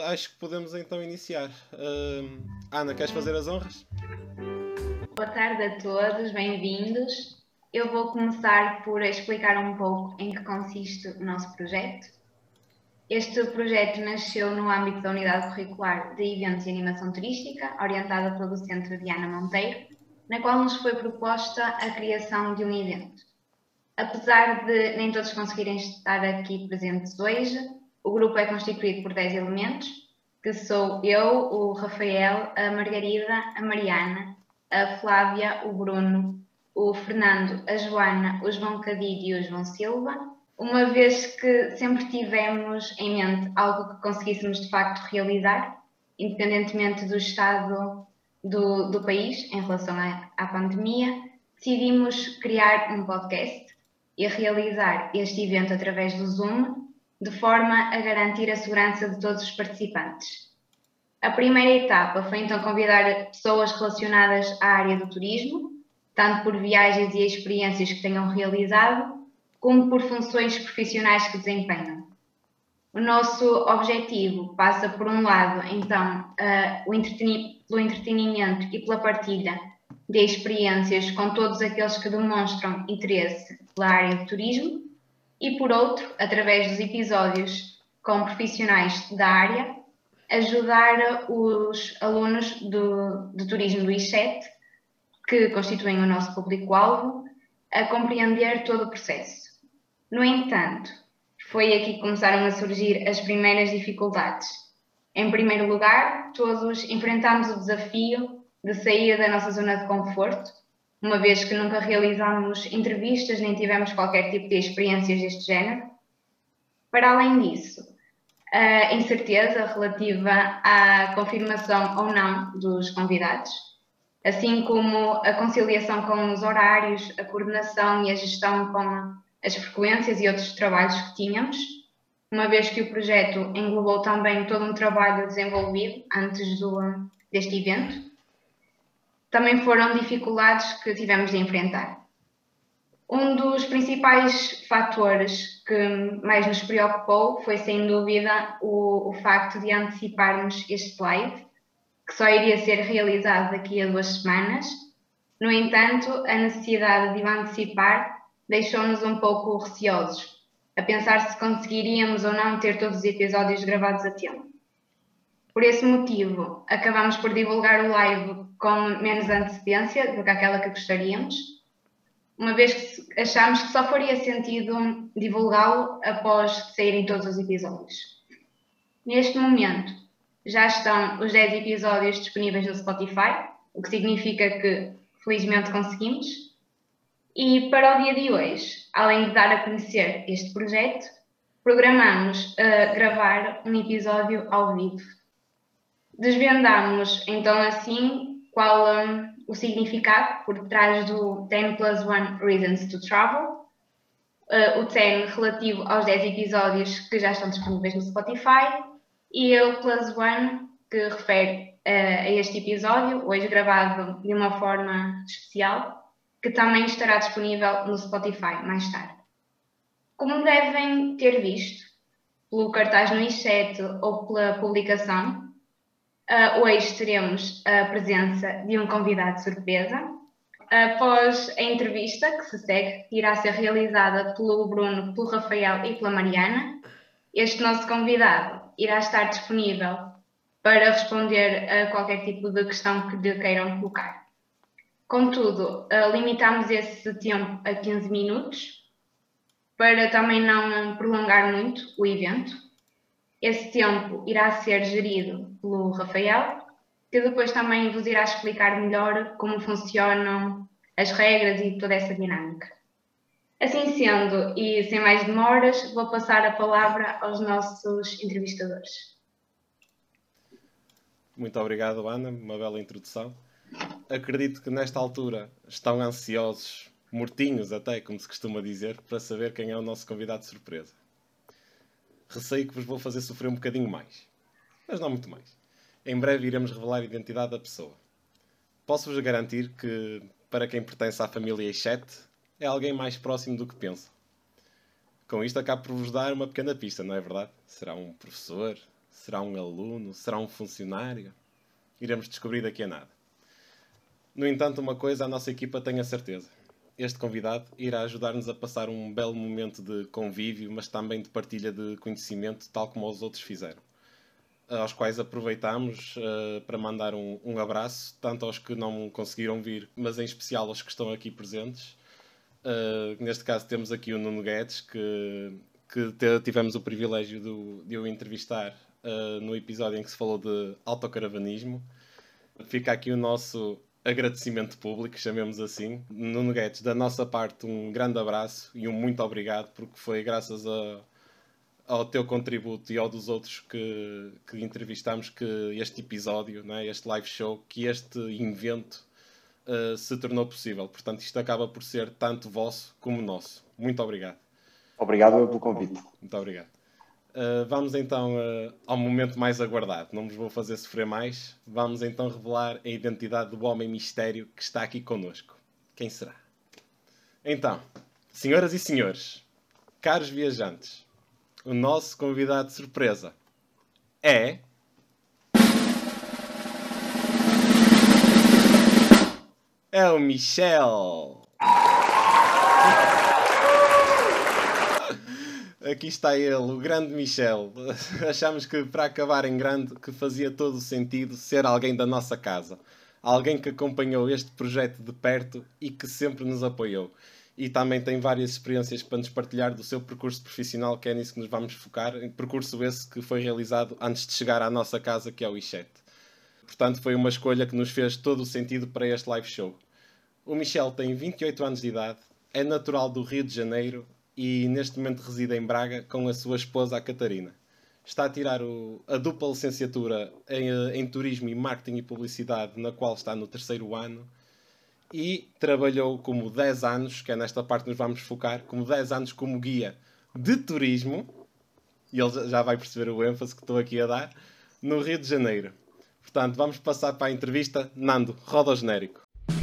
acho que podemos então iniciar. Ana, queres fazer as honras? Boa tarde a todos, bem-vindos. Eu vou começar por explicar um pouco em que consiste o nosso projeto. Este projeto nasceu no âmbito da Unidade Curricular de Eventos e Animação Turística, orientada pelo Centro Diana Monteiro, na qual nos foi proposta a criação de um evento. Apesar de nem todos conseguirem estar aqui presentes hoje, o grupo é constituído por 10 elementos, que sou eu, o Rafael, a Margarida, a Mariana, a Flávia, o Bruno, o Fernando, a Joana, o João Cadilho e o João Silva, uma vez que sempre tivemos em mente algo que conseguíssemos de facto realizar, independentemente do estado do país em relação à pandemia, decidimos criar um podcast e realizar este evento através do Zoom, de forma a garantir a segurança de todos os participantes. A primeira etapa foi então convidar pessoas relacionadas à área do turismo, tanto por viagens e experiências que tenham realizado, como por funções profissionais que desempenham. O nosso objetivo passa, por um lado, então, pelo entretenimento e pela partilha de experiências com todos aqueles que demonstram interesse pela área do turismo e, por outro, através dos episódios com profissionais da área, ajudar os alunos de turismo do I7, que constituem o nosso público-alvo, a compreender todo o processo. No entanto, foi aqui que começaram a surgir as primeiras dificuldades. Em primeiro lugar, todos enfrentámos o desafio de sair da nossa zona de conforto, uma vez que nunca realizámos entrevistas nem tivemos qualquer tipo de experiências deste género. Para além disso, a incerteza relativa à confirmação ou não dos convidados, assim como a conciliação com os horários, a coordenação e a gestão com as frequências e outros trabalhos que tínhamos, uma vez que o projeto englobou também todo um trabalho desenvolvido antes deste evento, também foram dificuldades que tivemos de enfrentar. Um dos principais fatores que mais nos preocupou foi, sem dúvida, o facto de anteciparmos este live, que só iria ser realizado daqui a 2 semanas. No entanto, a necessidade de o antecipar deixou-nos um pouco receosos, a pensar se conseguiríamos ou não ter todos os episódios gravados a tempo. Por esse motivo, acabamos por divulgar o live com menos antecedência do que aquela que gostaríamos, uma vez que achámos que só faria sentido divulgá-lo após saírem todos os episódios. Neste momento, já estão os 10 episódios disponíveis no Spotify, o que significa que, felizmente, conseguimos. E para o dia de hoje, além de dar a conhecer este projeto, programamos gravar um episódio ao vivo. Desvendamos, então, assim, qual o significado por trás do 10+1 Reasons to Travel, o 10 relativo aos 10 episódios que já estão disponíveis no Spotify e o +1 que refere a este episódio, hoje gravado de uma forma especial, que também estará disponível no Spotify mais tarde. Como devem ter visto, pelo cartaz no I7 ou pela publicação, hoje teremos a presença de um convidado surpresa. Após a entrevista que se segue, que irá ser realizada pelo Bruno, pelo Rafael e pela Mariana, este nosso convidado irá estar disponível para responder a qualquer tipo de questão que lhe queiram colocar. Contudo, limitamos esse tempo a 15 minutos para também não prolongar muito o evento. Esse tempo irá ser gerido pelo Rafael, que depois também vos irá explicar melhor como funcionam as regras e toda essa dinâmica. Assim sendo, e sem mais demoras, vou passar a palavra aos nossos entrevistadores. Muito obrigado, Ana. Uma bela introdução. Acredito que nesta altura estão ansiosos, mortinhos até, como se costuma dizer, para saber quem é o nosso convidado de surpresa. Receio que vos vou fazer sofrer um bocadinho mais, mas não muito mais. Em breve iremos revelar a identidade da pessoa. Posso-vos garantir que, para quem pertence à família I7, é alguém mais próximo do que pensam. Com isto acabo por vos dar uma pequena pista, não é verdade? Será um professor, Será um aluno? Será um funcionário? Iremos descobrir daqui a nada. No entanto, uma coisa a nossa equipa tem a certeza. Este convidado irá ajudar-nos a passar um belo momento de convívio, mas também de partilha de conhecimento, tal como os outros fizeram. Aos quais aproveitamos para mandar um abraço, tanto aos que não conseguiram vir, mas em especial aos que estão aqui presentes. Neste caso temos aqui o Nuno Guedes, que tivemos o privilégio de eu entrevistar no episódio em que se falou de autocaravanismo. Fica aqui o nosso agradecimento público, chamemos assim. Nuno Guedes, da nossa parte, um grande abraço e um muito obrigado, porque foi graças ao teu contributo e ao dos outros que entrevistamos que este episódio, não é? Este live show, que este evento se tornou possível. Portanto, isto acaba por ser tanto vosso como nosso. Muito obrigado. Obrigado pelo convite. Muito obrigado. Vamos então ao momento mais aguardado. Não vos vou fazer sofrer mais. Vamos então revelar a identidade do homem mistério que está aqui connosco. Quem será? Então, senhoras e senhores, caros viajantes, o nosso convidado de surpresa é... É o Michel! Aqui está ele, o grande Michel. Achamos que para acabar em grande que fazia todo o sentido ser alguém da nossa casa. Alguém que acompanhou este projeto de perto e que sempre nos apoiou. E também tem várias experiências para nos partilhar do seu percurso profissional, que é nisso que nos vamos focar. Percurso esse que foi realizado antes de chegar à nossa casa, que é o i7. Portanto, foi uma escolha que nos fez todo o sentido para este live show. O Michel tem 28 anos de idade, é natural do Rio de Janeiro e neste momento reside em Braga com a sua esposa, a Catarina. Está a tirar a dupla licenciatura em Turismo e Marketing e Publicidade, na qual está no 3º ano, e trabalhou como 10 anos, que é nesta parte que nos vamos focar, como 10 anos como guia de turismo, e ele já vai perceber o ênfase que estou aqui a dar, no Rio de Janeiro. Portanto, vamos passar para a entrevista. Nando, roda o genérico.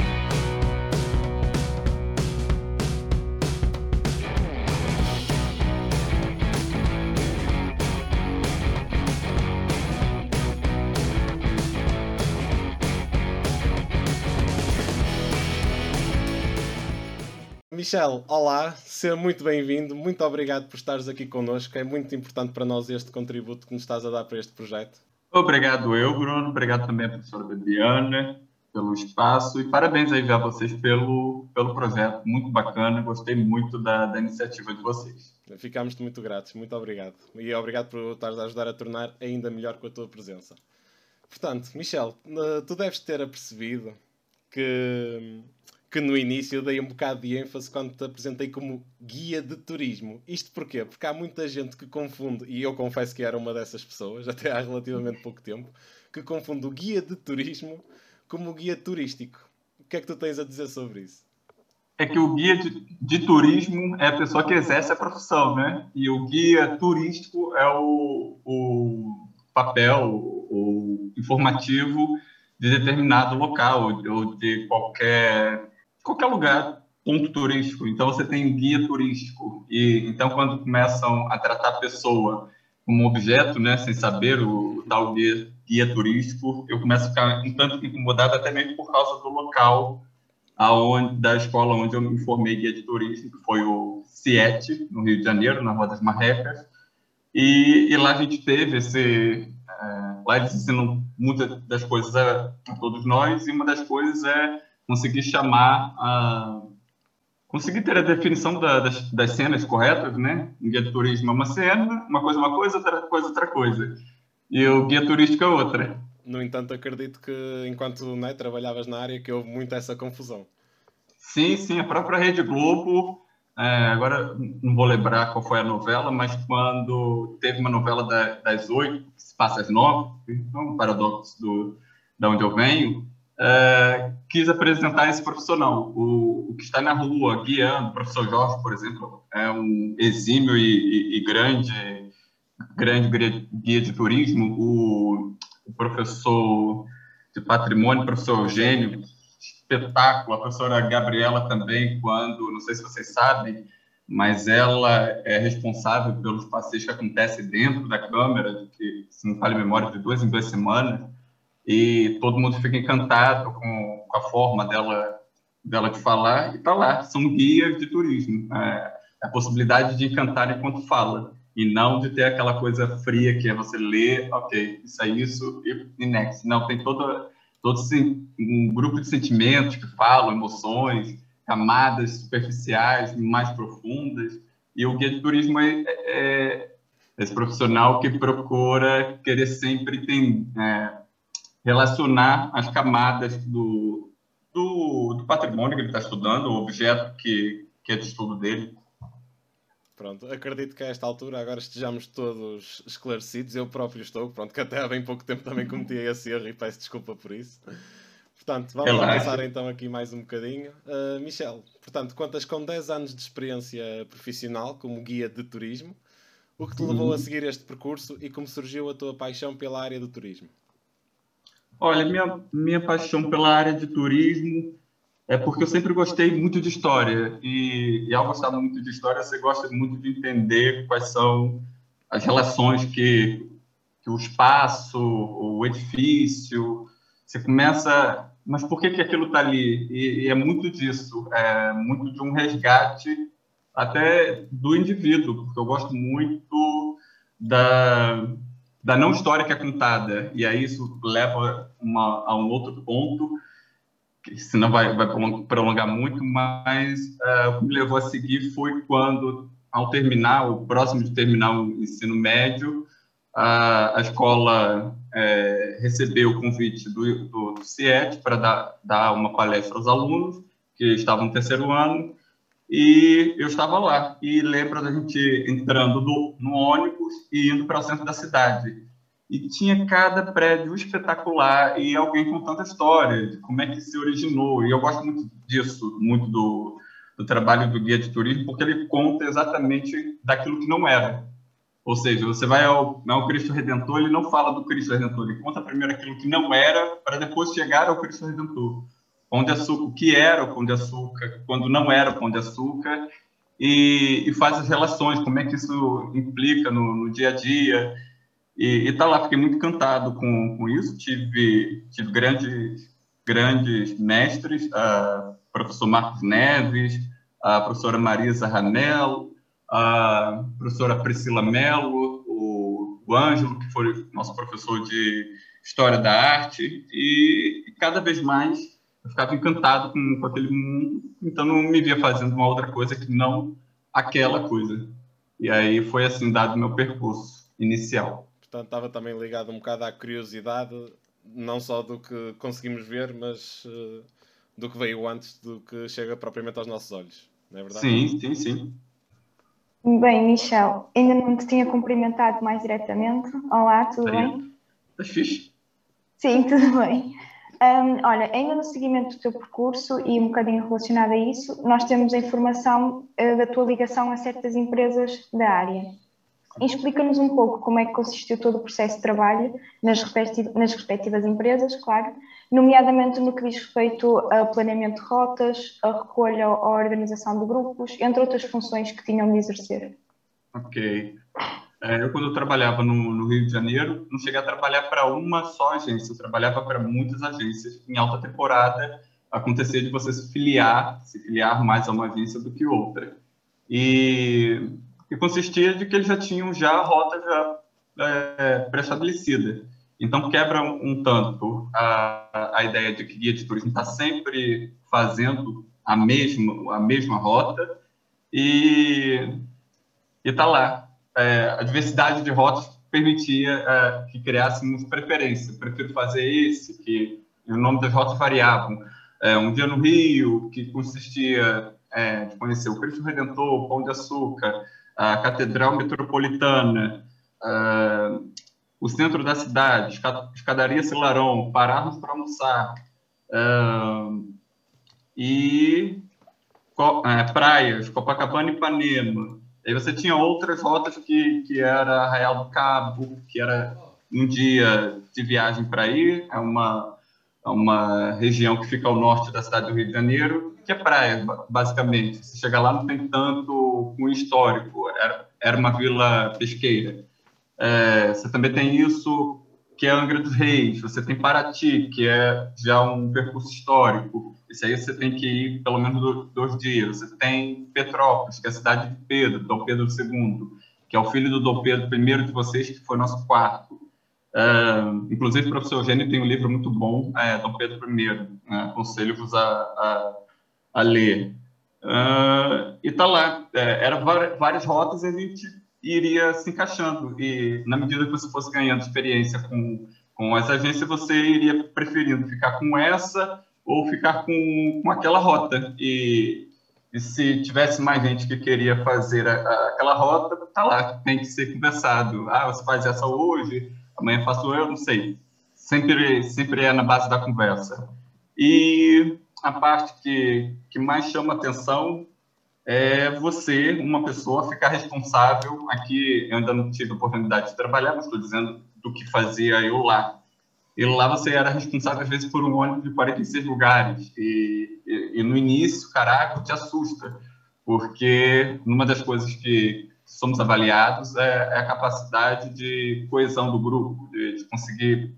Michel, olá, seja muito bem-vindo, muito obrigado por estares aqui connosco, é muito importante para nós este contributo que nos estás a dar para este projeto. Obrigado eu, Bruno, obrigado também à professora Adriana pelo espaço e parabéns aí a vocês pelo projeto, muito bacana, gostei muito da iniciativa de vocês. Ficámos muito gratos, muito obrigado. E obrigado por estares a ajudar a tornar ainda melhor com a tua presença. Portanto, Michel, tu deves ter apercebido que no início eu dei um bocado de ênfase quando te apresentei como guia de turismo. Isto porquê? Porque há muita gente que confunde, e eu confesso que era uma dessas pessoas, até há relativamente pouco tempo, que confunde o guia de turismo como o guia turístico. O que é que tu tens a dizer sobre isso? É que o guia de turismo é a pessoa que exerce a profissão, né? E o guia turístico é o papel, o informativo de determinado local ou de qualquer lugar, ponto turístico. Então, você tem guia turístico. E então, quando começam a tratar a pessoa como objeto, né, sem saber o tal guia turístico, eu começo a ficar um tanto incomodado, até mesmo por causa do local da escola onde eu me formei guia de turismo, que foi o CIET, no Rio de Janeiro, na Rua das Marrecas. E lá a gente teve lá eles ensinam muitas das coisas a todos nós, e uma das coisas é conseguir ter a definição das cenas corretas, né? Um guia de turismo é uma cena, uma coisa, outra coisa. E o guia turístico é outra. No entanto, acredito que, enquanto trabalhavas na área, que houve muito essa confusão. Sim, a própria Rede Globo, agora não vou lembrar qual foi a novela, mas quando teve uma novela das 8, que se passa às 9, um paradoxo da onde eu venho, quis apresentar esse profissional. O que está na rua guiando, o professor Jorge, por exemplo, é um exímio e grande guia de turismo. O professor de patrimônio, o professor Eugênio, espetáculo. A professora Gabriela também, não sei se vocês sabem, mas ela é responsável pelos passeios que acontecem dentro da Câmara, que, se não falha a memória, de 2 em 2 semanas, e todo mundo fica encantado com a forma dela de falar, e está lá, são guias de turismo, a possibilidade de encantar enquanto fala, e não de ter aquela coisa fria que é você ler, ok, isso é isso, e next. Não, tem todo um grupo de sentimentos que falam, emoções, camadas superficiais, mais profundas, e o guia de turismo é esse profissional que procura querer sempre relacionar as camadas do patrimônio que ele está estudando, o objeto que é de estudo dele. Pronto, acredito que a esta altura agora estejamos todos esclarecidos. Eu próprio estou, pronto, que até há bem pouco tempo também cometi esse erro e peço desculpa por isso. Portanto, vamos avançar então aqui mais um bocadinho. Michel, portanto, contas com 10 anos de experiência profissional como guia de turismo. O que te levou a seguir este percurso e como surgiu a tua paixão pela área do turismo? Olha, minha paixão pela área de turismo é porque eu sempre gostei muito de história. E ao gostar muito de história, você gosta muito de entender quais são as relações que o espaço, o edifício, você começa... Mas por que aquilo está ali? E é muito disso, é muito de um resgate até do indivíduo, porque eu gosto muito da não história que é contada. E aí isso leva a um outro ponto, que senão vai prolongar muito, mas o que me levou a seguir foi quando, ao terminar, o próximo de terminar o ensino médio, a escola recebeu o convite do CIET para dar uma palestra aos alunos que estavam no terceiro ano, e eu estava lá. E lembro da gente entrando no ônibus e indo para o centro da cidade. E tinha cada prédio espetacular e alguém contando a história de como é que se originou. E eu gosto muito disso, muito do trabalho do guia de turismo, porque ele conta exatamente daquilo que não era. Ou seja, você vai ao Cristo Redentor, ele não fala do Cristo Redentor, ele conta primeiro aquilo que não era, para depois chegar ao Cristo Redentor. Pão de Açúcar, o que era o Pão de Açúcar, quando não era o Pão de Açúcar, e faz as relações, como é que isso implica no dia a dia. E tá lá, fiquei muito encantado com isso. Tive grandes mestres, professor Marcos Neves, a professora Marisa Ranello, a professora Priscila Mello, o Ângelo, que foi nosso professor de História da Arte, e cada vez mais eu ficava encantado com aquele mundo, então não me via fazendo uma outra coisa que não aquela coisa. E aí foi assim dado o meu percurso inicial. Portanto, estava também ligado um bocado à curiosidade, não só do que conseguimos ver, mas do que veio antes do que chega propriamente aos nossos olhos, não é verdade? Sim. Bem, Michel, ainda não te tinha cumprimentado mais diretamente. Olá, tudo bem? Estás fixe? Sim, tudo bem. Olha, ainda no seguimento do teu percurso e um bocadinho relacionado a isso, nós temos a informação da tua ligação a certas empresas da área. Explica-nos um pouco como é que consistiu todo o processo de trabalho nas respectivas empresas, claro, nomeadamente no que diz respeito ao planeamento de rotas, a recolha ou a organização de grupos, entre outras funções que tinham de exercer. Ok. Eu, quando eu trabalhava no Rio de Janeiro, não cheguei a trabalhar para uma só agência, eu trabalhava para muitas agências. Em alta temporada, acontecia de você se filiar mais a uma agência do que outra. E consistia de que eles já tinham a rota pré-estabelecida. Então, quebra um tanto a ideia de que guia de turismo está sempre fazendo a mesma rota e está lá. A diversidade de rotas permitia que criássemos preferência. Eu prefiro fazer esse, que o nome das rotas variavam. Um dia no Rio, que consistia de conhecer o Cristo Redentor, o Pão de Açúcar, a Catedral Metropolitana, o centro da cidade, Escadaria Selarón, pararmos para almoçar, e praias, Copacabana e Ipanema. Aí você tinha outras rotas que era Arraial do Cabo, que era um dia de viagem para ir, uma região que fica ao norte da cidade do Rio de Janeiro, que é praia, basicamente. Você chega lá, não tem tanto um histórico, era uma vila pesqueira. Você também tem isso, que é Angra dos Reis, você tem Paraty, que é já um percurso histórico, isso aí você tem que ir pelo menos 2 dias. Você tem Petrópolis, que é a cidade de Pedro, Dom Pedro II, que é o filho do Dom Pedro I de vocês, que foi nosso quarto. Inclusive, o professor Eugênio tem um livro muito bom, Dom Pedro I, aconselho-vos a ler. E tá lá, eram várias rotas e a gente iria se encaixando, e na medida que você fosse ganhando experiência com as agências, você iria preferindo ficar com essa ou ficar com aquela rota. E se tivesse mais gente que queria fazer aquela rota, tá lá, tem que ser conversado. Você faz essa hoje, amanhã faço eu, não sei. Sempre é na base da conversa. E a parte que mais chama atenção é você, uma pessoa, ficar responsável. Aqui eu ainda não tive a oportunidade de trabalhar, mas estou dizendo do que fazia eu lá. E lá você era responsável, às vezes, por um ônibus de 46 lugares. E no início, caraca, te assusta, porque uma das coisas que somos avaliados é a capacidade de coesão do grupo, de conseguir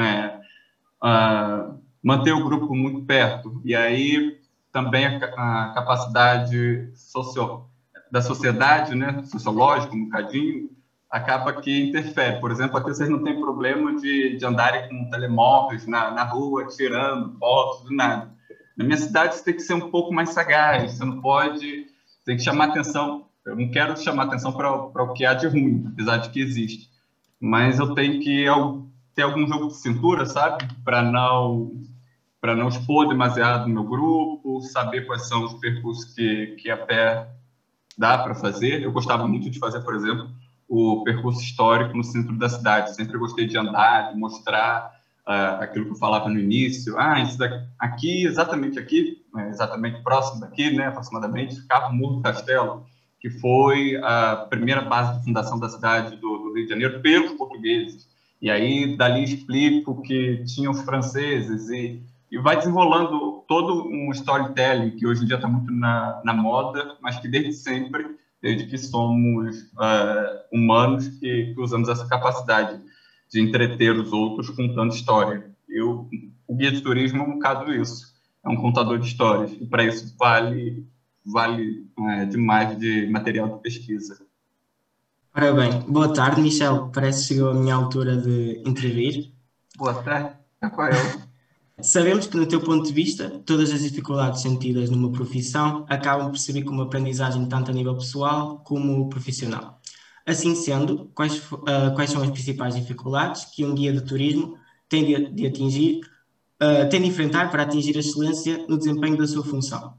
manter o grupo muito perto. E aí também a capacidade da sociedade, né, sociológica, um bocadinho, acaba que interfere. Por exemplo, aqui vocês não têm problema de andarem com telemóveis na rua, tirando fotos, do nada. Na minha cidade, você tem que ser um pouco mais sagaz, você não pode... Tem que chamar atenção. Eu não quero chamar atenção para o que há de ruim, apesar de que existe. Mas eu tenho que ter algum jogo de cintura, sabe? Para não expor demasiado o meu grupo, saber quais são os percursos que a pé dá para fazer. Eu gostava muito de fazer, por exemplo, o percurso histórico no centro da cidade. Sempre gostei de andar, de mostrar aquilo que eu falava no início. Isso aqui, exatamente próximo daqui, né, aproximadamente, ficava o Morro do Castelo, que foi a primeira base de fundação da cidade do Rio de Janeiro pelos portugueses. E aí, dali explico que tinham os franceses e vai desenrolando todo um storytelling que hoje em dia está muito na moda, mas que desde sempre, desde que somos humanos, que usamos essa capacidade de entreter os outros contando história. O guia de turismo é um bocado isso, é um contador de histórias, e para isso vale demais de material de pesquisa. Ora bem, boa tarde, Michel. Parece que chegou a minha altura de intervir. Boa tarde, Rafael. Sabemos que, no teu ponto de vista, todas as dificuldades sentidas numa profissão acabam por servir como aprendizagem tanto a nível pessoal como profissional. Assim sendo, quais são as principais dificuldades que um guia de turismo tem de enfrentar para atingir a excelência no desempenho da sua função?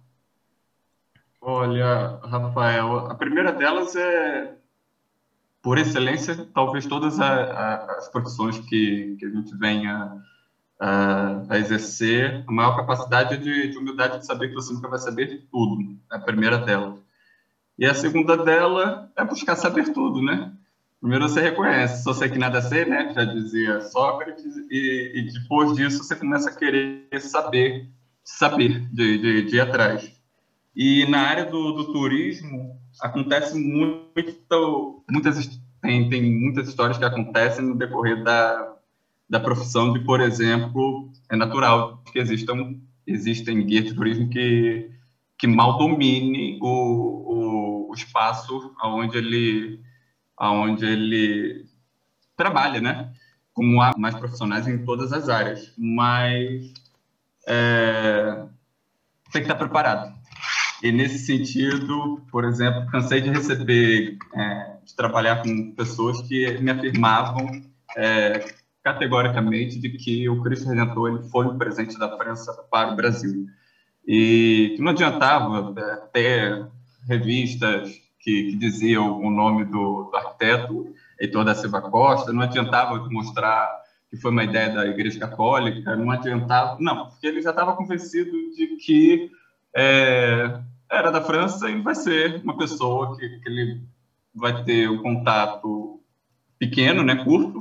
Olha, Rafael, a primeira delas é, por excelência, talvez todas as profissões que a gente venha a exercer, a maior capacidade de humildade de saber que você nunca vai saber de tudo, é a primeira delas. E a segunda dela é buscar saber tudo, né? Primeiro você reconhece, só sei que nada sei, né? Já dizia Sócrates, e depois disso você começa a querer saber, de ir atrás. E na área do turismo acontece tem muitas histórias que acontecem no decorrer da profissão de, por exemplo, é natural que existem guias de turismo que mal domine o espaço onde ele trabalha, né? Como há mais profissionais em todas as áreas, mas tem que estar preparado. E nesse sentido, por exemplo, cansei de de trabalhar com pessoas que me afirmavam categoricamente de que o Cristo Redentor ele foi um presente da França para o Brasil. E que não adiantava ter revistas que diziam o nome do arquiteto Heitor da Silva Costa, não adiantava mostrar que foi uma ideia da Igreja Católica, não adiantava, não, porque ele já estava convencido de que era da França e vai ser uma pessoa que ele vai ter um contato pequeno, né, curto,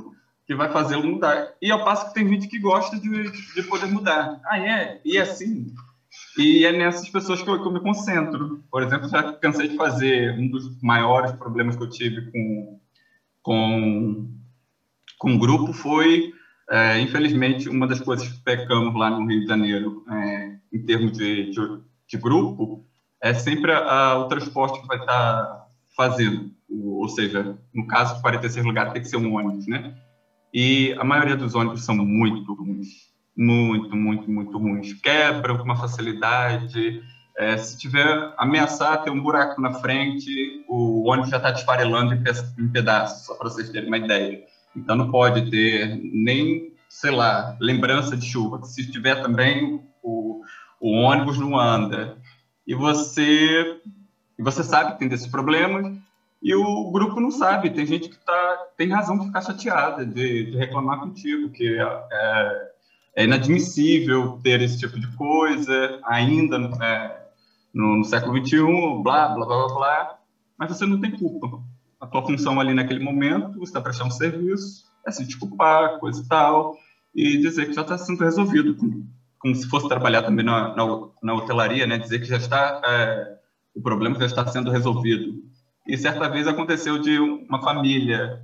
que vai fazê-lo mudar. E ao passo que tem gente que gosta de poder mudar. Ah, é? E é assim? E é nessas pessoas que eu me concentro. Por exemplo, já cansei de fazer um dos maiores problemas que eu tive com o grupo foi, infelizmente, uma das coisas que pecamos lá no Rio de Janeiro, em termos de grupo, é sempre o transporte que vai estar fazendo. Ou seja, no caso de 46 lugares, tem que ser um ônibus, né? E a maioria dos ônibus são muito ruins. Muito, muito, muito ruins. Quebram com uma facilidade. Se tiver ameaçar ter um buraco na frente, o ônibus já está desfarelando em pedaços, só para vocês terem uma ideia. Então não pode ter nem, sei lá, lembrança de chuva. Se tiver também, o ônibus não anda. E você sabe que tem desses problemas, e o grupo não sabe. Tem gente que tem razão de ficar chateada, de reclamar contigo, que é inadmissível ter esse tipo de coisa ainda no século XXI, blá, blá, blá, blá, blá, mas você não tem culpa. A tua função ali naquele momento, você está prestando serviço, é se desculpar, coisa e tal, e dizer que já está sendo resolvido, como se fosse trabalhar também na hotelaria, né? Dizer que já está, o problema já está sendo resolvido. E certa vez aconteceu de uma família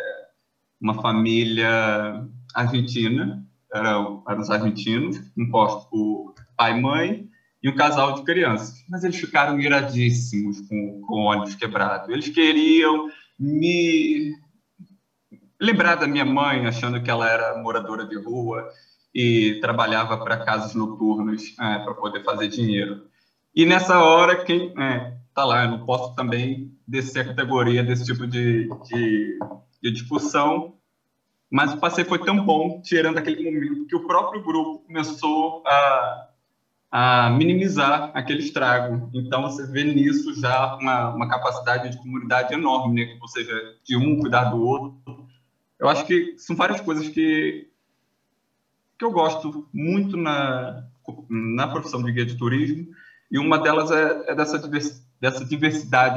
argentina, eram os argentinos, compostos por pai e mãe, e um casal de crianças. Mas eles ficaram iradíssimos com o ônibus quebrado. Eles queriam me lembrar da minha mãe, achando que ela era moradora de rua e trabalhava para casas noturnas para poder fazer dinheiro. E nessa hora, quem está lá, eu não posso também descer a categoria desse tipo de discussão, mas o passeio foi tão bom, tirando aquele momento, que o próprio grupo começou a minimizar aquele estrago. Então, você vê nisso já uma capacidade de comunidade enorme, né? Ou seja, de um cuidar do outro. Eu acho que são várias coisas que eu gosto muito na profissão de guia de turismo, e uma delas é dessa diversidade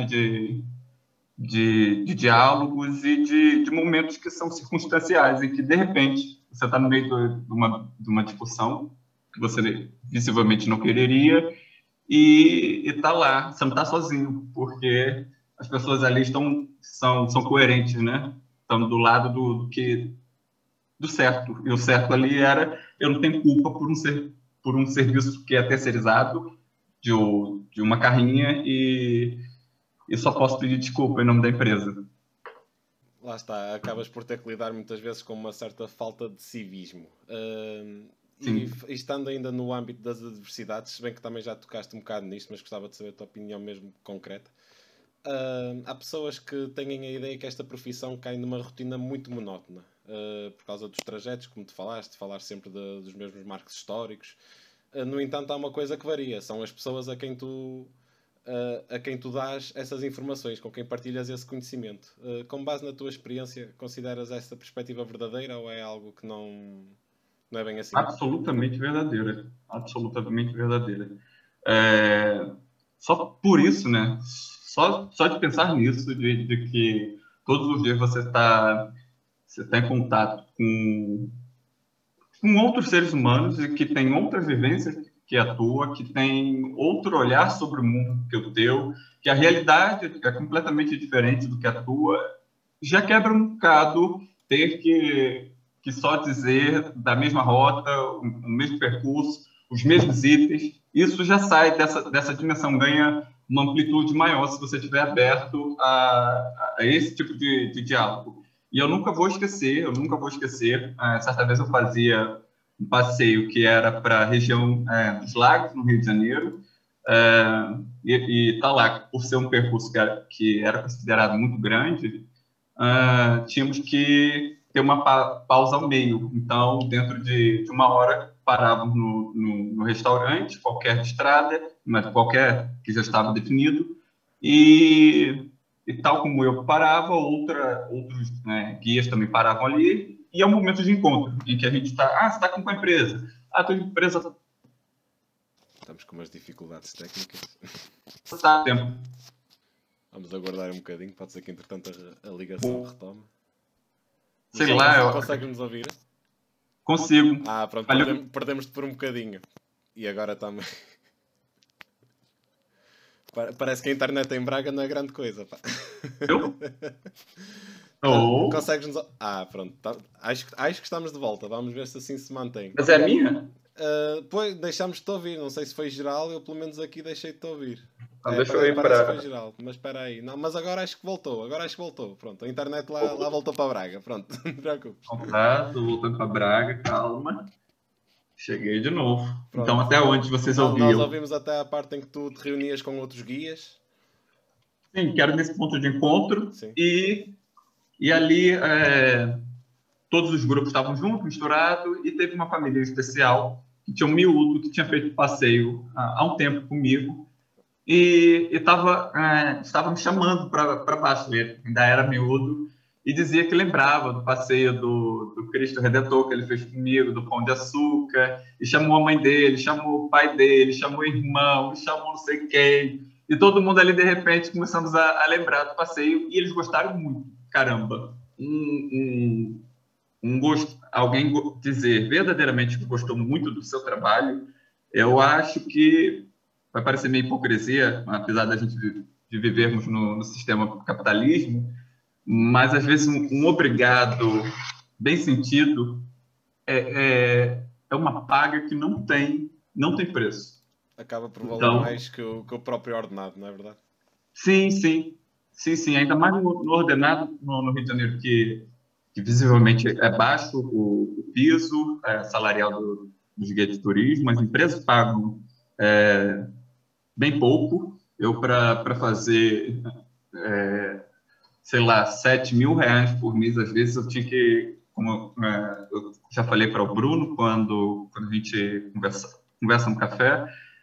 de diálogos e de momentos que são circunstanciais, e que, de repente, você está no meio de uma discussão que você visivelmente não quereria, e está lá, você não está sozinho, porque as pessoas ali são coerentes, né? Estão do lado do certo, e o certo ali era: eu não tenho culpa por um serviço que é terceirizado de uma carrinha, e só posso pedir desculpa em nome da empresa. Lá está, acabas por ter que lidar muitas vezes com uma certa falta de civismo. E estando ainda no âmbito das adversidades, se bem que também já tocaste um bocado nisto, mas gostava de saber a tua opinião mesmo concreta. Há pessoas que têm a ideia que esta profissão cai numa rotina muito monótona, por causa dos trajetos, como tu falaste, de falar sempre dos mesmos marcos históricos. No entanto, há uma coisa que varia, são as pessoas a quem tu dás essas informações, com quem partilhas esse conhecimento. Com base na tua experiência, consideras essa perspectiva verdadeira, ou é algo que não é bem assim? Absolutamente verdadeira. Absolutamente verdadeira. Só por isso, né? Só de pensar nisso, de que todos os dias você tá em contato com outros seres humanos, e que tem outras vivências que a tua, que tem outro olhar sobre o mundo que o teu, que a realidade é completamente diferente do que a tua, já quebra um bocado ter que só dizer da mesma rota, o mesmo percurso, os mesmos itens. Isso já sai dessa dimensão, ganha uma amplitude maior se você estiver aberto a esse tipo de diálogo. E eu nunca vou esquecer, certa vez eu fazia um passeio que era para a região dos Lagos, no Rio de Janeiro, e tá lá, por ser um percurso que era considerado muito grande, tínhamos que ter uma pausa ao meio. Então, dentro de uma hora, parávamos no restaurante, qualquer de estrada, mas qualquer que já estava definido, e tal como eu parava, outros guias também paravam ali, e é um momento de encontro, em que a gente está... você está com a empresa? A tua empresa... Estamos com umas dificuldades técnicas. Está tempo. Vamos aguardar um bocadinho, pode ser que entretanto a ligação retome. sei lá, Consegues-nos ouvir? Consigo. Ah, pronto, Valeu. perdemos-te por um bocadinho. E agora também. Parece que a internet em Braga não é grande coisa, pá. Eu? Oh, Consegues-nos... Ah, pronto. Acho que estamos de volta. Vamos ver se assim se mantém. mas é a minha? Pois, deixámos-te ouvir. Não sei se foi geral. Eu, pelo menos, aqui deixei-te ouvir. Então, deixa eu ir Parece que para... foi geral. Mas espera aí. Não, mas agora acho que voltou. Pronto, a internet lá voltou para Braga. Pronto, não te preocupes. Tá, tô voltando para Braga, calma. Cheguei de novo. Pronto. Então, até onde vocês Nós ouviam? ouvimos até a parte em que tu te reunias com outros guias. Sim, que era nesse ponto de encontro. Sim. E ali todos os grupos estavam juntos, misturados, e teve uma família especial, que tinha um miúdo, que tinha feito passeio há um tempo comigo, e estava me chamando para baixo, ele ainda era miúdo, e dizia que lembrava do passeio do Cristo Redentor que ele fez comigo, do Pão de Açúcar, e chamou a mãe dele, chamou o pai dele, chamou o irmão, chamou não sei quem, e todo mundo ali, de repente, começamos a lembrar do passeio, e eles gostaram muito. Caramba, alguém dizer verdadeiramente que gostou muito do seu trabalho, eu acho que vai parecer meio hipocrisia, apesar da gente de vivermos no sistema capitalismo, mas às vezes um obrigado bem sentido é uma paga que não tem preço. Acaba por valer mais que o próprio ordenado, não é verdade? Sim, sim. Sim, ainda mais no ordenado no Rio de Janeiro, que visivelmente é baixo o piso salarial dos guias de turismo, as empresas pagam bem pouco. Eu, para fazer, sei lá, R$7.000 por mês, às vezes eu tinha que, como eu já falei para o Bruno, quando a gente conversa no café,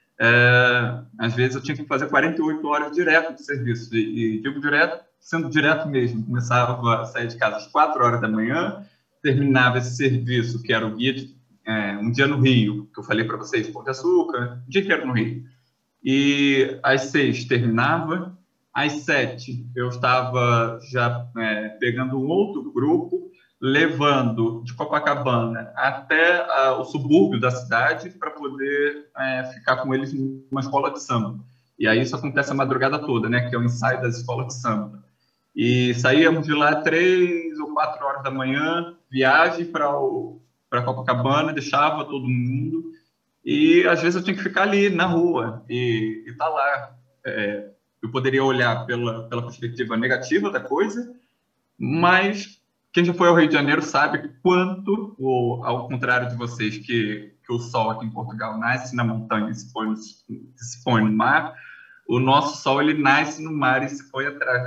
às vezes eu tinha que fazer 48 horas direto de serviço, e digo direto, sendo direto mesmo. Começava a sair de casa às 4 horas da manhã, terminava esse serviço, que era o guia de um dia no Rio, que eu falei para vocês, Pão de Açúcar, um dia inteiro no Rio. E às 6 terminava, às 7 eu estava já pegando um outro grupo, levando de Copacabana até o subúrbio da cidade para poder ficar com eles numa escola de samba. E aí isso acontece a madrugada toda, né, que é o ensaio das escolas de samba. E saíamos de lá 3 ou 4 horas da manhã, viagem para Copacabana, deixava todo mundo, e às vezes eu tinha que ficar ali na rua e tá lá. Eu poderia olhar pela perspectiva negativa da coisa, mas quem já foi ao Rio de Janeiro sabe quanto, ao contrário de vocês, que o sol aqui em Portugal nasce na montanha e se põe no mar, o nosso sol ele nasce no mar e se põe atrás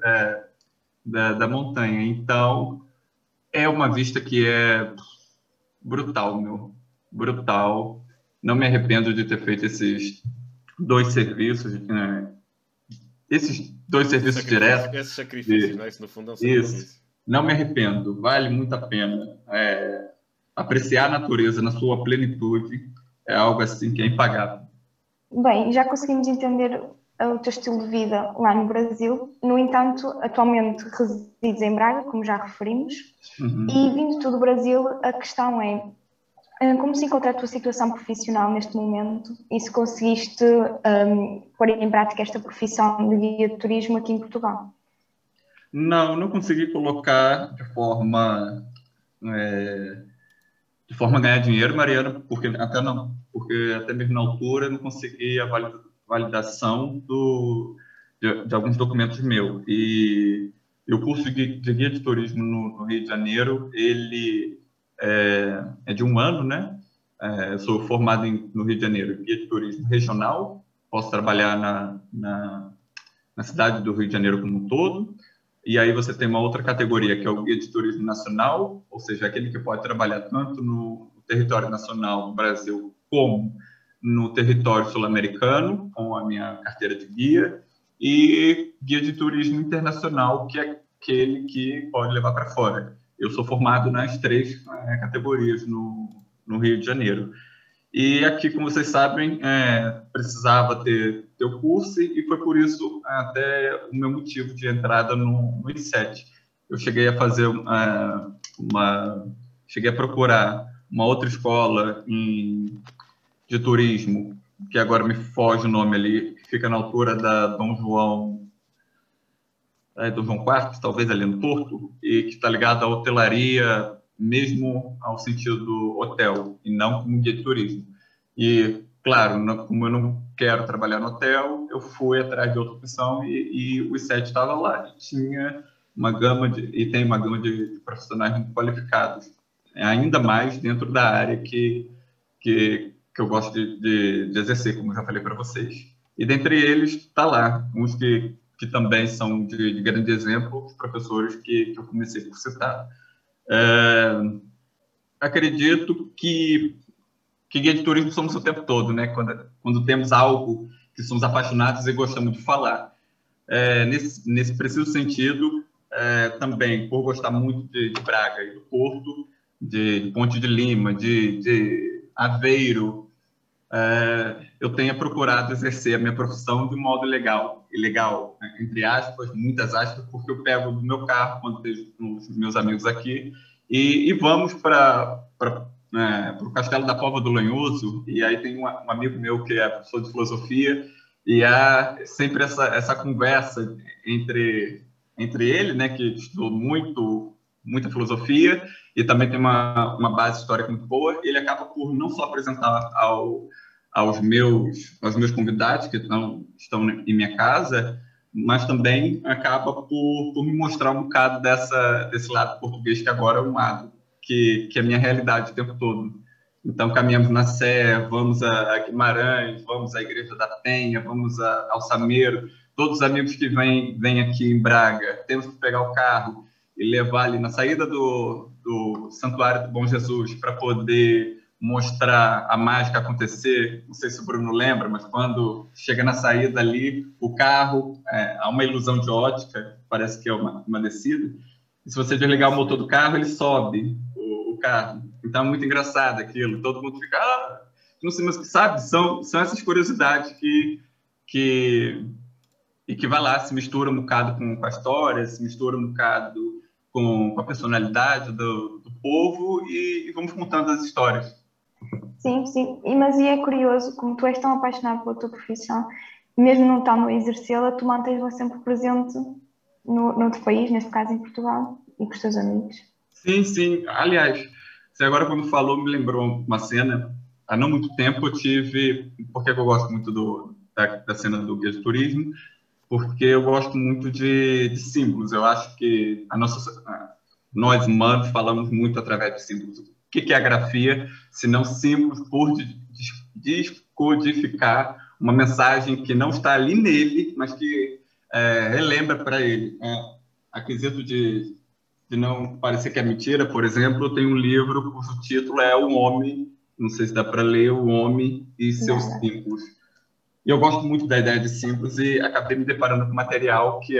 da montanha. Então, é uma vista que é brutal, brutal. Não me arrependo de ter feito esses 2 serviços, diretos. Esses sacrifícios, não é? Isso no fundo é um sacrifício. Isso. Não me arrependo, vale muito a pena. Apreciar a natureza na sua plenitude é algo assim que é impagável. Bem, já conseguimos entender o teu estilo de vida lá no Brasil. No entanto, atualmente resides em Braga, como já referimos, e vindo tu do Brasil, a questão é como se encontra a tua situação profissional neste momento e se conseguiste pôr em prática esta profissão de guia de turismo aqui em Portugal? Não consegui colocar de forma ganhar dinheiro, Mariana, porque até mesmo na altura eu não consegui a validação de alguns documentos meus. E o curso de guia de turismo no Rio de Janeiro, ele é de 1 ano, né? Eu sou formado no Rio de Janeiro, guia de turismo regional, posso trabalhar na cidade do Rio de Janeiro como um todo. E aí você tem uma outra categoria, que é o guia de turismo nacional, ou seja, aquele que pode trabalhar tanto no território nacional do Brasil como no território sul-americano, com a minha carteira de guia, e guia de turismo internacional, que é aquele que pode levar para fora. Eu sou formado nas 3 categorias no Rio de Janeiro. E aqui, como vocês sabem, precisava ter o curso, e foi por isso até o meu motivo de entrada no I7. Eu cheguei a fazer cheguei a procurar uma outra escola de turismo, que agora me foge o nome ali, que fica na altura da Dom João IV, talvez ali no Porto, e que está ligado à hotelaria, mesmo ao sentido do hotel, e não como guia de turismo. E, claro, como eu não quero trabalhar no hotel, eu fui atrás de outra opção e o ICET estava lá. E tinha uma gama tem uma gama de profissionais muito qualificados, ainda mais dentro da área que eu gosto de exercer, como eu já falei para vocês. E dentre eles está lá uns que também são de grande exemplo, os professores que eu comecei por citar. Acredito que guia de turismo somos o tempo todo, né? Quando temos algo que somos apaixonados e gostamos de falar. Nesse preciso sentido, também, por gostar muito de Braga e do Porto, de Ponte de Lima, de Aveiro, eu tenho procurado exercer a minha profissão de modo ilegal, né? Entre aspas, muitas aspas, porque eu pego do meu carro quando tenho os meus amigos aqui e vamos para o Castelo da Póvoa do Lanhoso, e aí tem um amigo meu que é professor de filosofia, e há sempre essa conversa entre ele, né, que estudou muita filosofia e também tem uma base histórica muito boa. Ele acaba por não só apresentar aos meus convidados que estão em minha casa, mas também acaba por me mostrar um bocado desse lado português que agora é um lado que é a minha realidade o tempo todo. Então, caminhamos na Sé, vamos a Guimarães, vamos à Igreja da Penha, vamos ao Sameiro. Todos os amigos que vêm aqui em Braga, temos que pegar o carro e levar ali na saída do Santuário do Bom Jesus para poder mostrar a mágica acontecer. Não sei se o Bruno lembra, mas quando chega na saída ali, o carro, há uma ilusão de ótica, parece que é uma descida, e se você desligar o motor do carro, ele sobe o carro. Então é muito engraçado aquilo, todo mundo fica, não sei, mas sabe, são essas curiosidades que vai lá, se mistura um bocado com a história, se mistura um bocado com a personalidade do povo e vamos contando as histórias. Sim, mas é curioso, como tu és tão apaixonado pela tua profissão, mesmo não estando a exercê-la, tu mantens-la sempre presente no outro país, neste caso em Portugal, e com os teus amigos. Sim. Aliás, você agora quando falou me lembrou uma cena. Há não muito tempo eu tive, porque eu gosto muito da cena do guia de turismo, porque eu gosto muito de símbolos. Eu acho que nós humanos falamos muito através de símbolos. O que é a grafia, se não símbolos por descodificar uma mensagem que não está ali nele, mas que relembra para ele. A quesito de não parecer que é mentira, por exemplo, tem um livro cujo título é O Homem, não sei se dá para ler, O Homem e Seus Símbolos. E eu gosto muito da ideia de símbolos e acabei me deparando com material que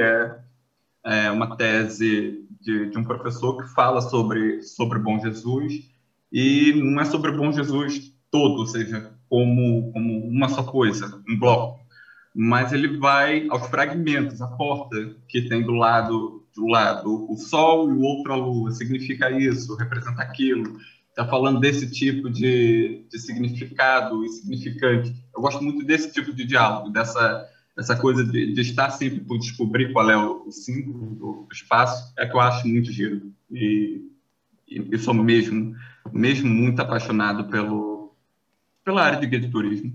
é uma tese de um professor que fala sobre Bom Jesus, e não é sobre Bom Jesus todo, ou seja, como uma só coisa, um bloco, mas ele vai aos fragmentos, a porta que tem do lado o sol e o outro a lua, significa isso, representa aquilo. Está falando desse tipo de significado e significante. Eu gosto muito desse tipo de diálogo, dessa coisa de estar sempre por descobrir qual é o símbolo do espaço, é que eu acho muito giro. E sou mesmo muito apaixonado pela área de guia de turismo.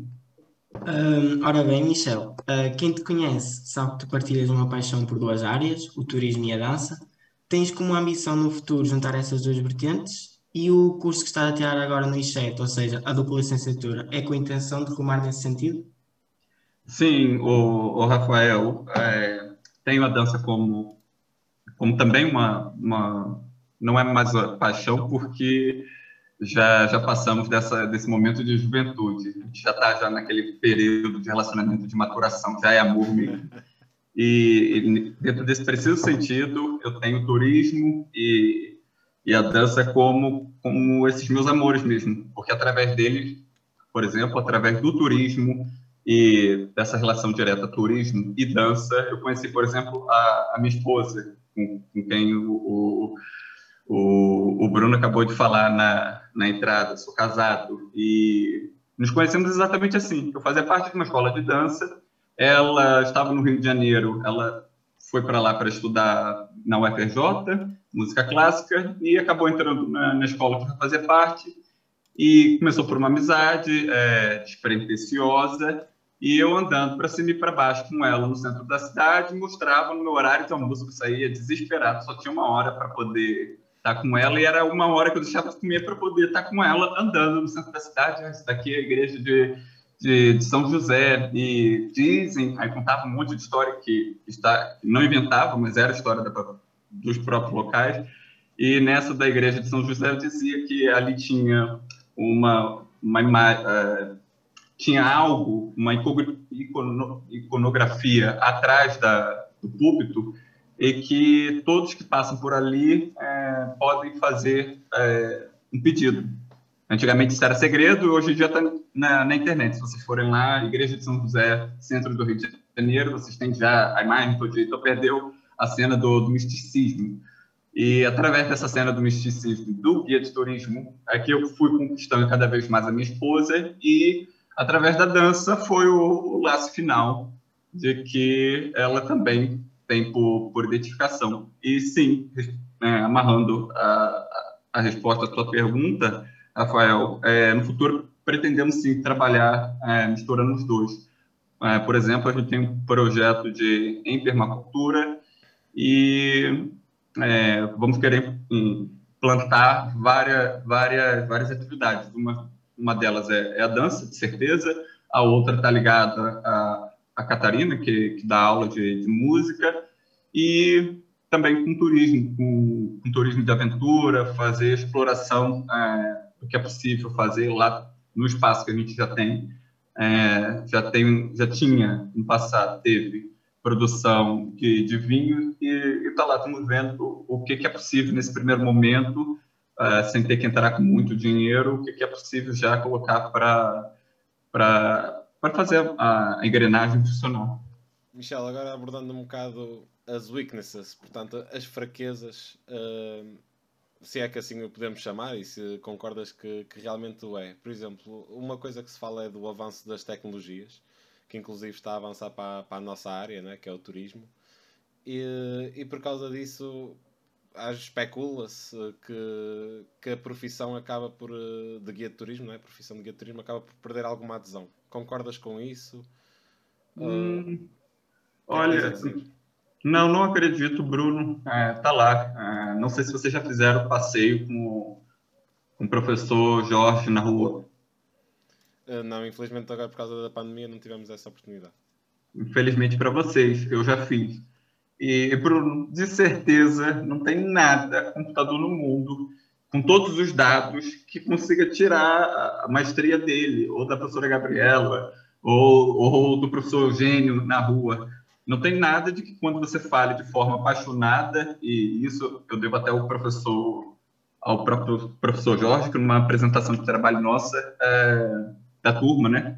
Ora bem, Michel, quem te conhece sabe que tu partilhas uma paixão por duas áreas, o turismo e a dança. Tens como ambição no futuro juntar essas duas vertentes? E o curso que estás a tirar agora no ICET, ou seja, a dupla licenciatura, é com a intenção de rumar nesse sentido? Sim, o Rafael, tenho a dança como também não é mais uma paixão, porque já passamos desse momento de juventude. A gente já está naquele período de relacionamento de maturação, já é amor mesmo. E dentro desse preciso sentido, eu tenho o turismo e a dança como esses meus amores mesmo, porque através deles, por exemplo, através do turismo e dessa relação direta turismo e dança, eu conheci, por exemplo, a minha esposa, com quem o O Bruno acabou de falar na entrada, sou casado, e nos conhecemos exatamente assim. Eu fazia parte de uma escola de dança, ela estava no Rio de Janeiro, ela foi para lá para estudar na UFRJ, música clássica, e acabou entrando na escola que eu fazia parte, e começou por uma amizade despretensiosa, e eu andando para cima e para baixo com ela no centro da cidade, mostrava no meu horário de almoço que eu saía desesperado, só tinha uma hora para poder estar com ela, e era uma hora que eu deixava de comer para poder estar com ela andando no centro da cidade. Isso daqui é a igreja de São José, e dizem, aí contava um monte de história que não inventava, mas era história dos próprios locais, e nessa da igreja de São José eu dizia que ali tinha uma imagem, tinha algo, uma iconografia atrás do púlpito, e que todos que passam por ali podem fazer um pedido. Antigamente isso era segredo, hoje em dia está na internet. Se vocês forem lá, Igreja de São José, centro do Rio de Janeiro, vocês têm já a imagem, então perdeu a cena do misticismo. E através dessa cena do misticismo, do guia de turismo, é que eu fui conquistando cada vez mais a minha esposa, e através da dança foi o laço final de que ela também tem por identificação. E sim, amarrando a resposta à tua pergunta, Rafael, no futuro pretendemos sim trabalhar misturando os dois. Por exemplo, a gente tem um projeto em permacultura, e vamos querer plantar várias atividades. Uma delas é a dança, de certeza. A outra está ligada a Catarina, que dá aula de música, e também com turismo, com turismo de aventura, fazer exploração do que é possível fazer lá no espaço que a gente já tem. Já tinha, no passado, teve produção de vinho, e está lá, estamos vendo o que é possível nesse primeiro momento, sem ter que entrar com muito dinheiro, o que é possível já colocar para fazer a engrenagem funcionar. Michel, agora abordando um bocado as weaknesses, portanto, as fraquezas, se é que assim o podemos chamar, e se concordas que realmente o é. Por exemplo, uma coisa que se fala é do avanço das tecnologias, que inclusive está a avançar para a nossa área, né, que é o turismo, e por causa disso especula-se que a profissão acaba de guia de turismo, né, a profissão de guia de turismo acaba por perder alguma adesão. Concordas com isso? Olha, não acredito, Bruno. Tá lá. Não sei se vocês já fizeram passeio com o professor Jorge na rua. Não, infelizmente agora por causa da pandemia não tivemos essa oportunidade. Infelizmente para vocês, eu já fiz. E, Bruno, de certeza não tem nada computador no mundo com todos os dados que consiga tirar a maestria dele, ou da professora Gabriela, ou do professor Eugênio na rua. Não tem nada de que quando você fale de forma apaixonada, e isso eu devo até ao próprio professor Jorge, que numa apresentação de trabalho nossa, da turma, né?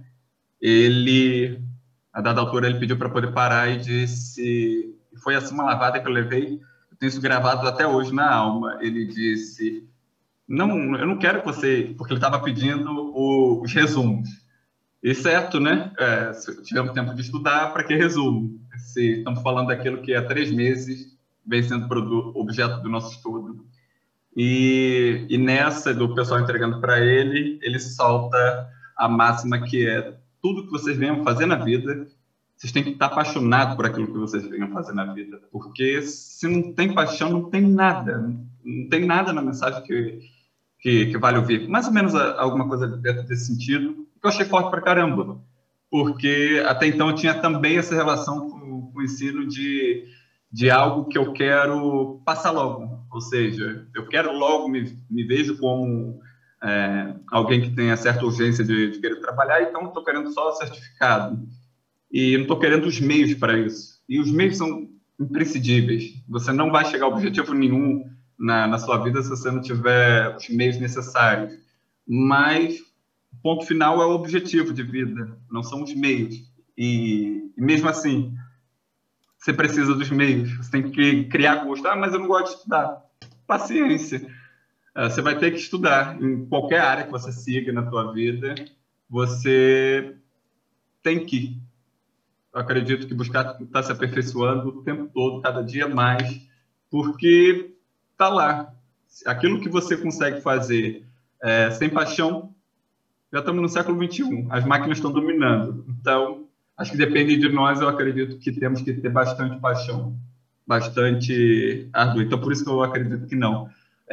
A dada altura, ele pediu para poder parar e disse, foi assim uma lavada que eu levei, eu tenho isso gravado até hoje na alma. Ele disse, não, eu não quero que você, porque ele estava pedindo os resumos. E certo, né? Se tivemos tempo de estudar, para que resumo? Se estamos falando daquilo que há 3 meses vem sendo objeto do nosso estudo. E nessa do pessoal entregando para ele solta a máxima que é: tudo que vocês venham fazer na vida, vocês têm que estar apaixonados por aquilo que vocês venham fazer na vida. Porque se não tem paixão, não tem nada. Não tem nada na mensagem que vale ouvir. Mais ou menos alguma coisa dentro desse sentido, que eu achei forte pra caramba. Porque até então eu tinha também essa relação com o ensino de algo que eu quero passar logo. Ou seja, eu quero logo, me vejo como alguém que tenha certa urgência de querer trabalhar, então eu estou querendo só o certificado. E não estou querendo os meios para isso. E os meios são imprescindíveis. Você não vai chegar a objetivo nenhum na sua vida se você não tiver os meios necessários. Mas o ponto final é o objetivo de vida, não são os meios. E mesmo assim, você precisa dos meios. Você tem que criar gosto. Mas eu não gosto de estudar. paciência. Você vai ter que estudar. Em qualquer área que você siga na tua vida, você tem que, eu acredito que buscar estar se aperfeiçoando o tempo todo, cada dia mais, porque está lá. Aquilo que você consegue fazer sem paixão, já estamos no século XXI, as máquinas estão dominando. Então, acho que depende de nós, eu acredito que temos que ter bastante paixão, bastante ardor. Então, por isso que eu acredito que não.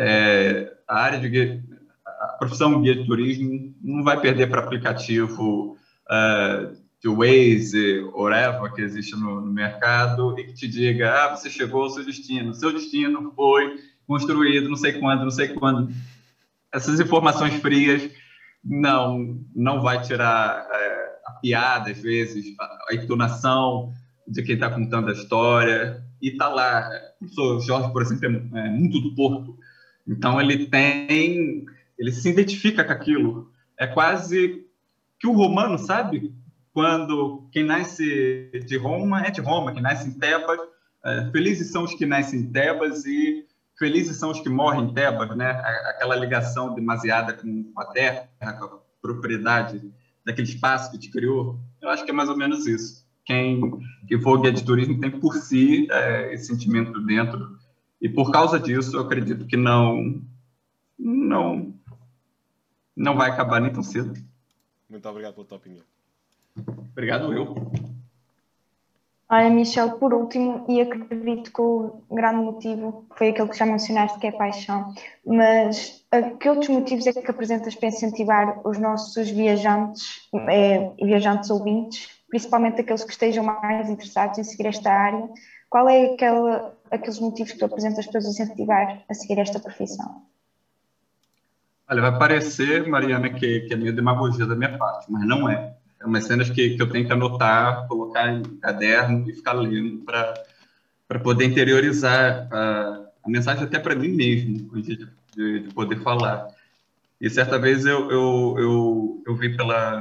A profissão guia de turismo não vai perder para aplicativo de Waze, whatever, que existe no mercado, e que te diga, você chegou ao seu destino foi construído não sei quando. Essas informações frias não vai tirar a piada, às vezes, a entonação de quem está contando a história, e está lá. O professor Jorge, por exemplo, é muito do Porto, então ele se identifica com aquilo. É quase que o romano, sabe? Quando quem nasce de Roma é de Roma, quem nasce em Tebas, felizes são os que nascem em Tebas e felizes são os que morrem em Tebas, né? Aquela ligação demasiada com a terra, com a propriedade daquele espaço que te criou. Eu acho que é mais ou menos isso. Quem for guia de turismo tem por si esse sentimento dentro, e por causa disso eu acredito que não vai acabar nem tão cedo. Muito obrigado pela tua opinião. Obrigado, eu. Olha, Michel, por último, e acredito que o grande motivo foi aquele que já mencionaste, que é a paixão, mas que outros motivos é que apresentas para incentivar os nossos viajantes e viajantes ouvintes, principalmente aqueles que estejam mais interessados em seguir esta área? Qual é aqueles motivos que tu apresentas para os incentivar a seguir esta profissão? Olha, vai parecer, Mariana, que é meio demagogia da minha parte, mas não é. É umas cenas que eu tenho que anotar, colocar em caderno e ficar lendo para poder interiorizar a mensagem até para mim mesmo, de poder falar. E certa vez eu vi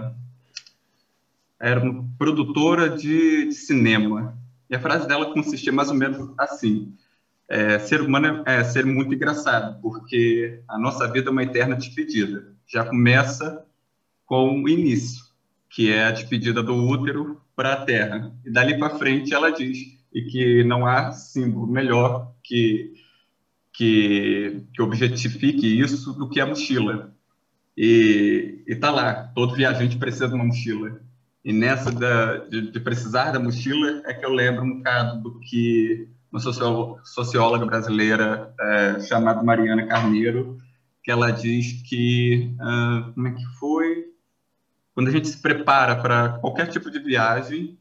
era uma produtora de cinema, e a frase dela consistia mais ou menos assim: ser humano é ser muito engraçado, porque a nossa vida é uma eterna despedida. Já começa com o início, que é a despedida do útero para a terra. E dali para frente ela diz e que não há símbolo melhor que objetifique isso do que a mochila. E tá lá, todo viajante precisa de uma mochila. E nessa de precisar da mochila é que eu lembro um bocado do que uma socióloga brasileira chamada Mariana Carneiro, que ela diz que, como é que foi? Quando a gente se prepara para qualquer tipo de viagem,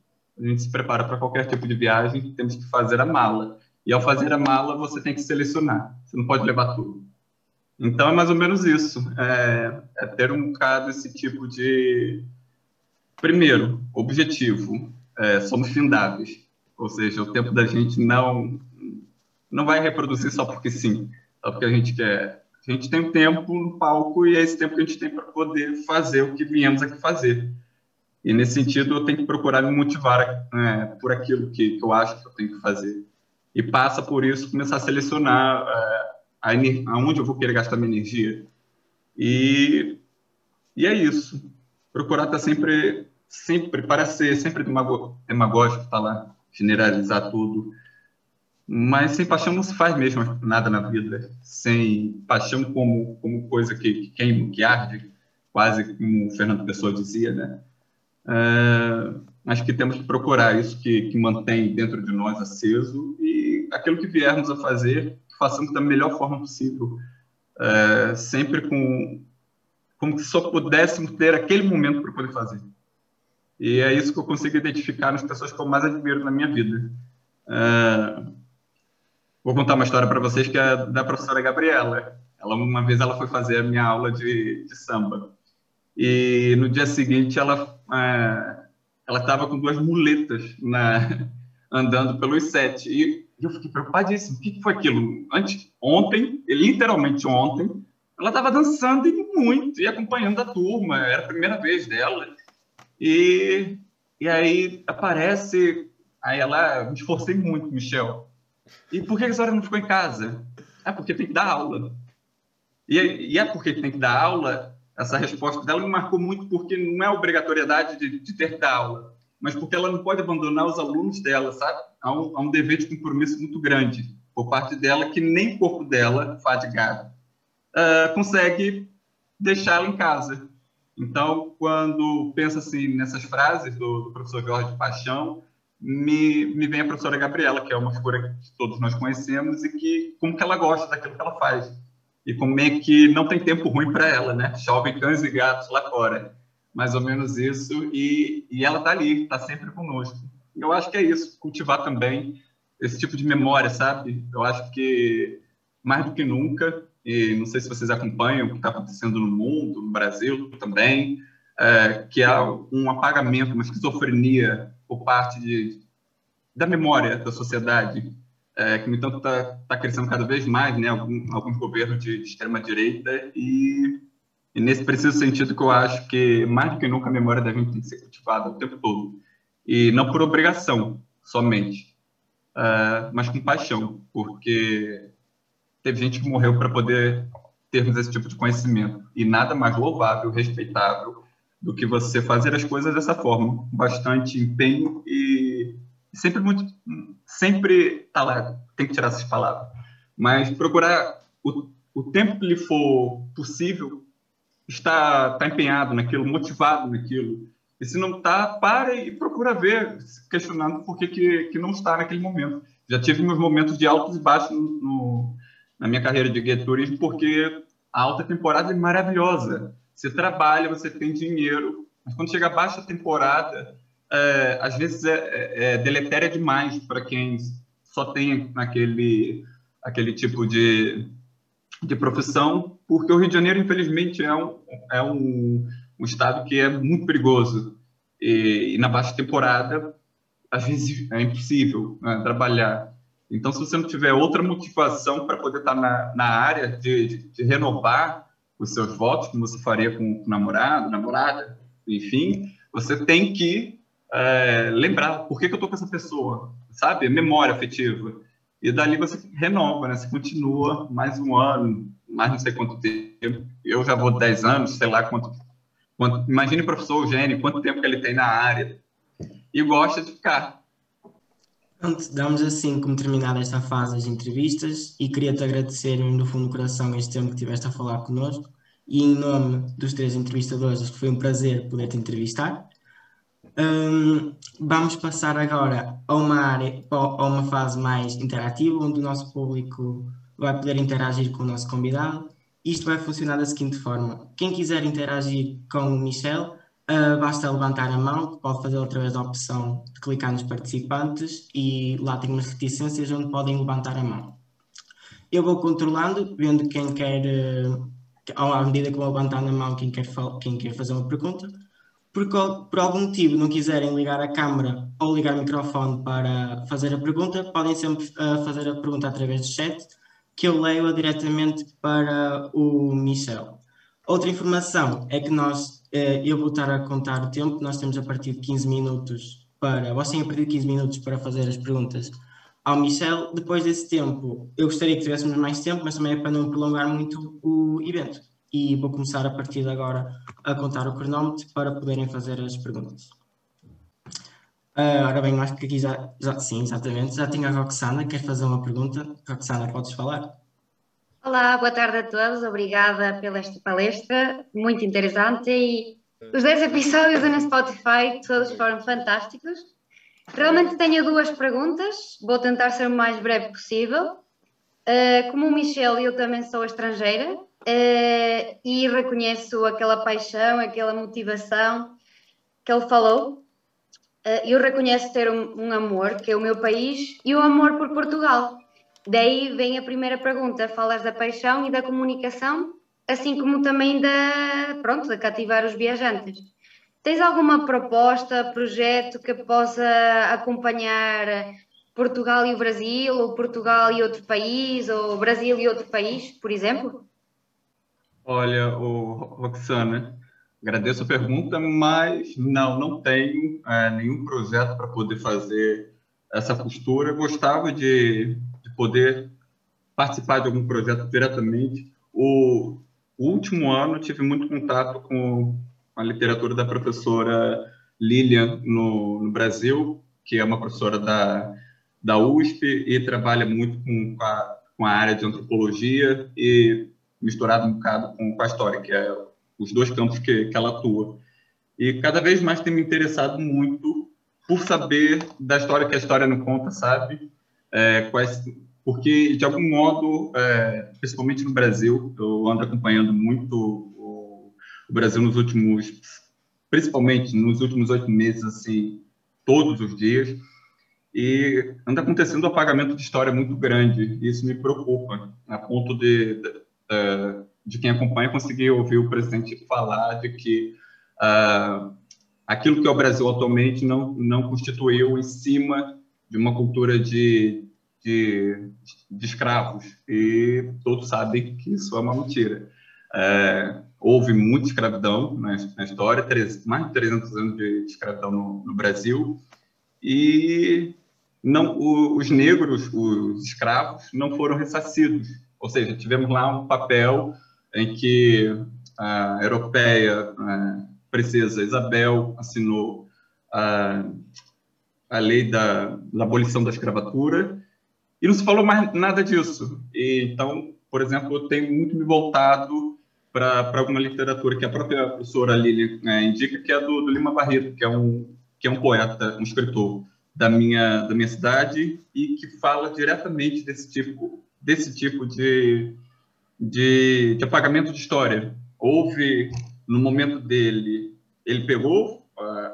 temos que fazer a mala. E ao fazer a mala, você tem que selecionar. Você não pode levar tudo. Então, é mais ou menos isso. É ter um bocado esse tipo de... Primeiro, objetivo. Somos findáveis. Ou seja, o tempo da gente não vai reproduzir só porque sim. Só porque a gente quer. A gente tem um tempo no palco e é esse tempo que a gente tem para poder fazer o que viemos aqui fazer. E, nesse sentido, eu tenho que procurar me motivar por aquilo que eu acho que eu tenho que fazer. E passa por isso começar a selecionar aonde eu vou querer gastar minha energia. E é isso. Procurar estar sempre parece ser sempre demagógico falar, generalizar tudo. Mas sem paixão não se faz mesmo nada na vida. Sem paixão como coisa que queima, que arde, quase como o Fernando Pessoa dizia, né? Acho que temos que procurar isso que mantém dentro de nós aceso, e aquilo que viermos a fazer, façamos da melhor forma possível. Sempre como se só pudéssemos ter aquele momento para poder fazer. E é isso que eu consigo identificar nas pessoas que eu mais admiro na minha vida. Vou contar uma história para vocês que é da professora Gabriela. Uma vez ela foi fazer a minha aula de samba. E no dia seguinte ela estava com 2 muletas andando pelos 7. E eu fiquei preocupadíssimo. O que foi aquilo? Literalmente ontem, ela estava dançando e muito, e acompanhando a turma. Era a primeira vez dela. E aí aparece... Aí ela... Me esforcei muito, Michel. E por que a senhora não ficou em casa? É porque tem que dar aula. E é porque tem que dar aula, essa resposta dela me marcou muito, porque não é obrigatoriedade de ter que dar aula, mas porque ela não pode abandonar os alunos dela, sabe? Há um dever de compromisso muito grande por parte dela, que nem o corpo dela, fadigado, consegue deixá-la em casa. Então, quando penso assim nessas frases do professor Jorge Paixão, me vem a professora Gabriela, que é uma figura que todos nós conhecemos, e que como que ela gosta daquilo que ela faz. E como é que não tem tempo ruim para ela, né? Chovem cães e gatos lá fora. Mais ou menos isso. E ela está ali, está sempre conosco. Eu acho que é isso, cultivar também esse tipo de memória, sabe? Eu acho que, mais do que nunca, e não sei se vocês acompanham o que está acontecendo no mundo, no Brasil também, que há um apagamento, uma esquizofrenia por parte da memória da sociedade, que, no entanto, está crescendo cada vez mais, né? Alguns governos de extrema-direita, e nesse preciso sentido que eu acho que, mais do que nunca, a memória da gente tem que ser cultivada o tempo todo. E não por obrigação, somente, mas com paixão, porque teve gente que morreu para poder termos esse tipo de conhecimento. E nada mais louvável, respeitável, do que você fazer as coisas dessa forma, com bastante empenho e sempre tá lá, tem que tirar essas palavras, mas procurar o tempo que lhe for possível estar empenhado naquilo, motivado naquilo. E se não está, para e procura ver, questionando por que não está naquele momento. Já tive meus momentos de altos e baixos na minha carreira de guia de turismo, porque a alta temporada é maravilhosa. Você trabalha, você tem dinheiro, mas quando chega a baixa temporada, às vezes é deletéria demais para quem só tem aquele tipo de profissão, porque o Rio de Janeiro, infelizmente, é um estado que é muito perigoso. E na baixa temporada, às vezes é impossível, né, trabalhar. Então, se você não tiver outra motivação para poder estar na área de renovar os seus votos, como você faria com o namorado, namorada, enfim, você tem que lembrar por que eu estou com essa pessoa, sabe? Memória afetiva. E dali você renova, né? Você continua mais um ano, mais não sei quanto tempo. Eu já vou 10 anos, sei lá quanto. Imagine o professor Eugênio, quanto tempo que ele tem na área. E gosta de ficar. Pronto, damos assim como terminada esta fase das entrevistas e queria-te agradecer do fundo do coração este tempo que estiveste a falar connosco e em nome dos 3 entrevistadores, que foi um prazer poder-te entrevistar. Vamos passar agora a uma fase mais interativa, onde o nosso público vai poder interagir com o nosso convidado. Isto vai funcionar da seguinte forma: quem quiser interagir com o Michel, basta levantar a mão, que pode fazer através da opção de clicar nos participantes, e lá tem umas reticências onde podem levantar a mão. Eu vou controlando, vendo quem quer, à medida que vou levantando a mão, quem quer fazer uma pergunta. Porque por algum motivo não quiserem ligar a câmara ou ligar o microfone para fazer a pergunta, podem sempre fazer a pergunta através do chat, que eu leio-a diretamente para o Michel. Outra informação é que eu vou estar a contar o tempo, nós temos a partir de 15 minutos vocês têm a partir de 15 minutos para fazer as perguntas ao Michel. Depois desse tempo, eu gostaria que tivéssemos mais tempo, mas também é para não prolongar muito o evento. E vou começar a partir de agora a contar o cronómetro para poderem fazer as perguntas. Ora bem, acho que aqui sim, exatamente. Já tinha a Roxana, quer fazer uma pergunta? Roxana, podes falar? Olá, boa tarde a todos. Obrigada pela esta palestra, muito interessante. E os 10 episódios no Spotify, todos foram fantásticos. Realmente tenho 2 perguntas, vou tentar ser o mais breve possível. Como o Michel, eu também sou estrangeira. E reconheço aquela paixão, aquela motivação que ele falou. Eu reconheço ter um amor, que é o meu país, e o amor por Portugal. Daí vem a primeira pergunta: falas da paixão e da comunicação, assim como também de cativar os viajantes. Tens alguma proposta, projeto que possa acompanhar Portugal e o Brasil, ou Portugal e outro país, ou Brasil e outro país, por exemplo? Olha, Roxana, agradeço a pergunta, mas não tenho nenhum projeto para poder fazer essa postura. Eu gostava de poder participar de algum projeto diretamente. O último ano tive muito contato com a literatura da professora Lilian no Brasil, que é uma professora da USP e trabalha muito com a área de antropologia e misturado um bocado com a história, que é os dois campos que ela atua. E cada vez mais tem me interessado muito por saber da história que a história não conta, sabe? Porque, de algum modo, principalmente no Brasil, eu ando acompanhando muito o Brasil principalmente nos últimos 8 meses, assim, todos os dias, e anda acontecendo um apagamento de história muito grande, e isso me preocupa, a ponto de quem acompanha conseguir ouvir o presidente falar de que aquilo que é o Brasil atualmente não constituiu em cima de uma cultura de escravos, e todos sabem que isso é uma mentira. Houve muita escravidão na história, mais de 300 anos de escravidão no Brasil, e os negros, os escravos, não foram ressarcidos. Ou seja, tivemos lá um papel em que a europeia, a princesa Isabel, assinou a lei da abolição da escravatura, e não se falou mais nada disso. Então, por exemplo, eu tenho muito me voltado para alguma literatura que a própria professora Lili indica, que é do Lima Barreto, que é um poeta, um escritor da minha cidade, e que fala diretamente desse tipo de apagamento de história. Houve, no momento dele, ele pegou,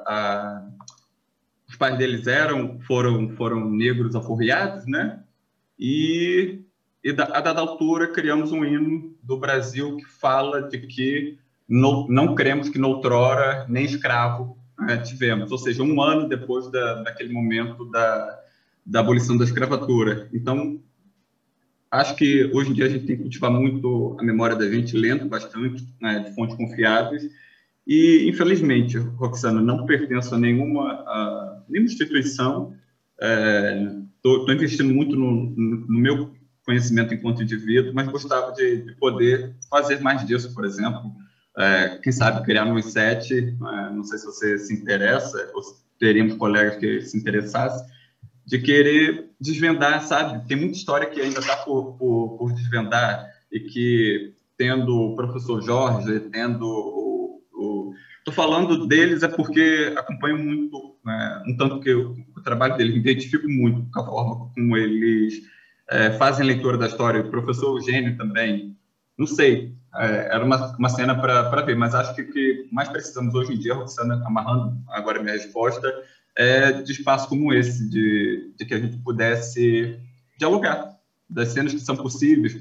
os pais deles foram negros alforriados, né? E a dada altura criamos um hino do Brasil que fala de que não cremos que noutrora nem escravo tivemos, ou seja, um ano depois daquele momento da abolição da escravatura. Então, acho que hoje em dia a gente tem que cultivar muito a memória da gente, lendo bastante, né, de fontes confiáveis. E, infelizmente, Roxana, não pertenço a nenhuma instituição. Estou investindo muito no meu conhecimento enquanto indivíduo, mas gostava de poder fazer mais disso, por exemplo. Quem sabe criar no I7, não sei se você se interessa, ou se teríamos colegas que se interessassem, de querer desvendar, sabe? Tem muita história que ainda está por desvendar, e que, tendo o professor Jorge, tendo estou falando deles porque acompanho muito, um tanto que o trabalho deles, me identifico muito com a forma como eles fazem leitura da história. O professor Eugênio também, não sei, era uma cena para ver, mas acho que o que mais precisamos hoje em dia, Roxana, amarrando agora a minha resposta, de espaço como esse, de que a gente pudesse dialogar das cenas que são possíveis.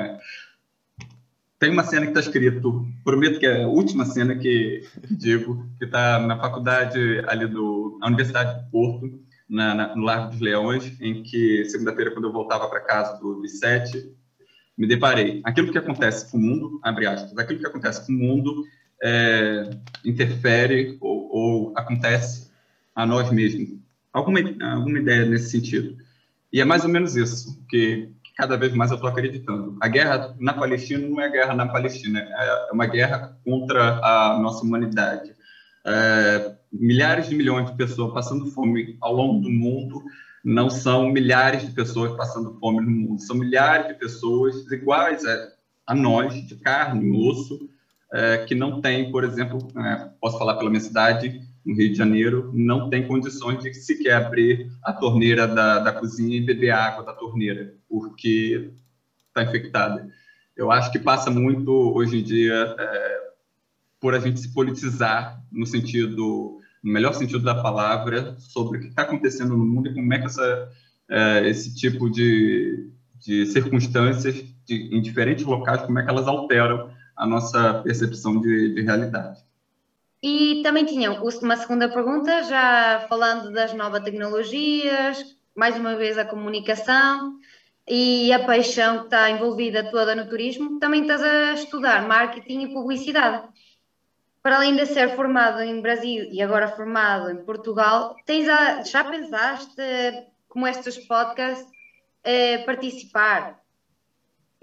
Tem uma cena que está escrito, prometo que é a última cena que digo, que está na faculdade ali na Universidade de Porto, no Largo dos Leões, em que, segunda-feira, quando eu voltava para casa do I7, me deparei. Aquilo que acontece com o mundo, abre aspas, aquilo que acontece com o mundo interfere ou acontece a nós mesmos. Alguma ideia nesse sentido. E é mais ou menos isso que cada vez mais eu estou acreditando. A guerra na Palestina não é guerra na Palestina, é uma guerra contra a nossa humanidade. Milhares de milhões de pessoas passando fome ao longo do mundo não são milhares de pessoas passando fome no mundo, são milhares de pessoas iguais a nós, de carne e osso, que não têm, por exemplo, posso falar pela minha cidade, no Rio de Janeiro, não tem condições de sequer abrir a torneira da cozinha e beber água da torneira, porque está infectada. Eu acho que passa muito, hoje em dia, por a gente se politizar no melhor sentido da palavra, sobre o que está acontecendo no mundo e como é que esse tipo de circunstâncias em diferentes locais, como é que elas alteram a nossa percepção de realidade. E também tinham uma segunda pergunta, já falando das novas tecnologias, mais uma vez a comunicação e a paixão que está envolvida toda no turismo. Também estás a estudar marketing e publicidade. Para além de ser formado em Brasil e agora formado em Portugal, já pensaste, como estes podcasts, participar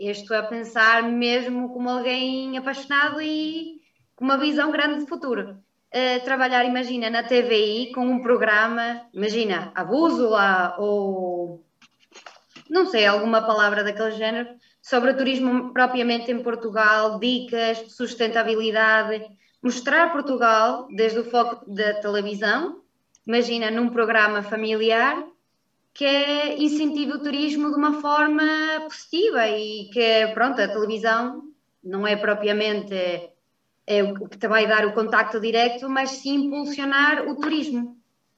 Eu estou a pensar mesmo como alguém apaixonado e com uma visão grande de futuro. Trabalhar, imagina, na TVI com um programa, imagina, a Bússola ou não sei, alguma palavra daquele género, sobre o turismo propriamente em Portugal, dicas de sustentabilidade, mostrar Portugal desde o foco da televisão, imagina num programa familiar, que incentiva o turismo de uma forma positiva e que, pronto, a televisão não é propriamente o que te vai dar o contacto direto, mas sim impulsionar o turismo.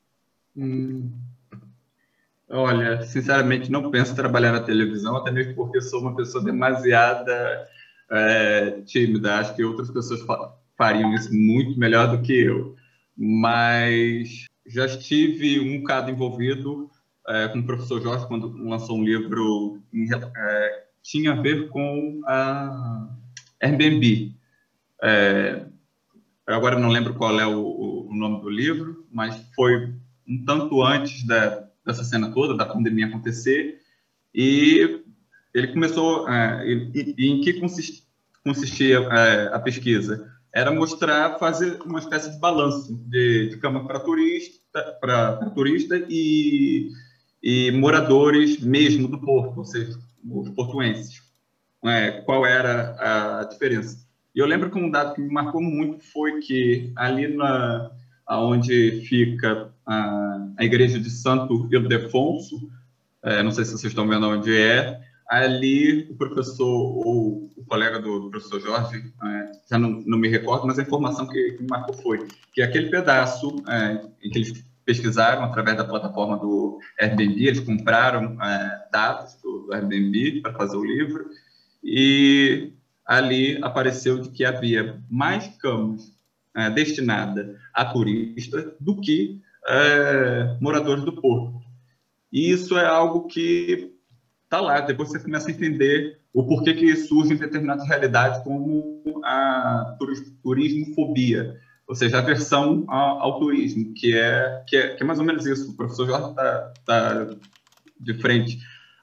Olha, sinceramente, não penso em trabalhar na televisão, até mesmo porque sou uma pessoa demasiada tímida. Acho que outras pessoas fariam isso muito melhor do que eu. Mas já estive um bocado envolvido com o professor Jorge quando lançou um livro tinha a ver com a Airbnb. Agora não lembro qual é o nome do livro, mas foi um tanto antes dessa cena toda, da pandemia acontecer, e ele começou... em que consistia a pesquisa? Era fazer uma espécie de balanço de cama para turista e moradores mesmo do porto, ou seja, os portuenses. Qual era a diferença? E eu lembro que um dado que me marcou muito foi que ali onde fica a igreja de Santo Ildefonso, não sei se vocês estão vendo onde é, ali o professor, ou o colega do professor Jorge, já não me recordo, mas a informação que me marcou foi que aquele pedaço em que eles pesquisaram através da plataforma do Airbnb, eles compraram dados do Airbnb para fazer o livro, e ali apareceu de que havia mais camas destinadas a turistas do que moradores do porto. E isso é algo que está lá, depois você começa a entender o porquê que surgem determinadas realidades como a turismofobia, ou seja, a aversão ao turismo, que é mais ou menos isso. O professor Jorge está de frente.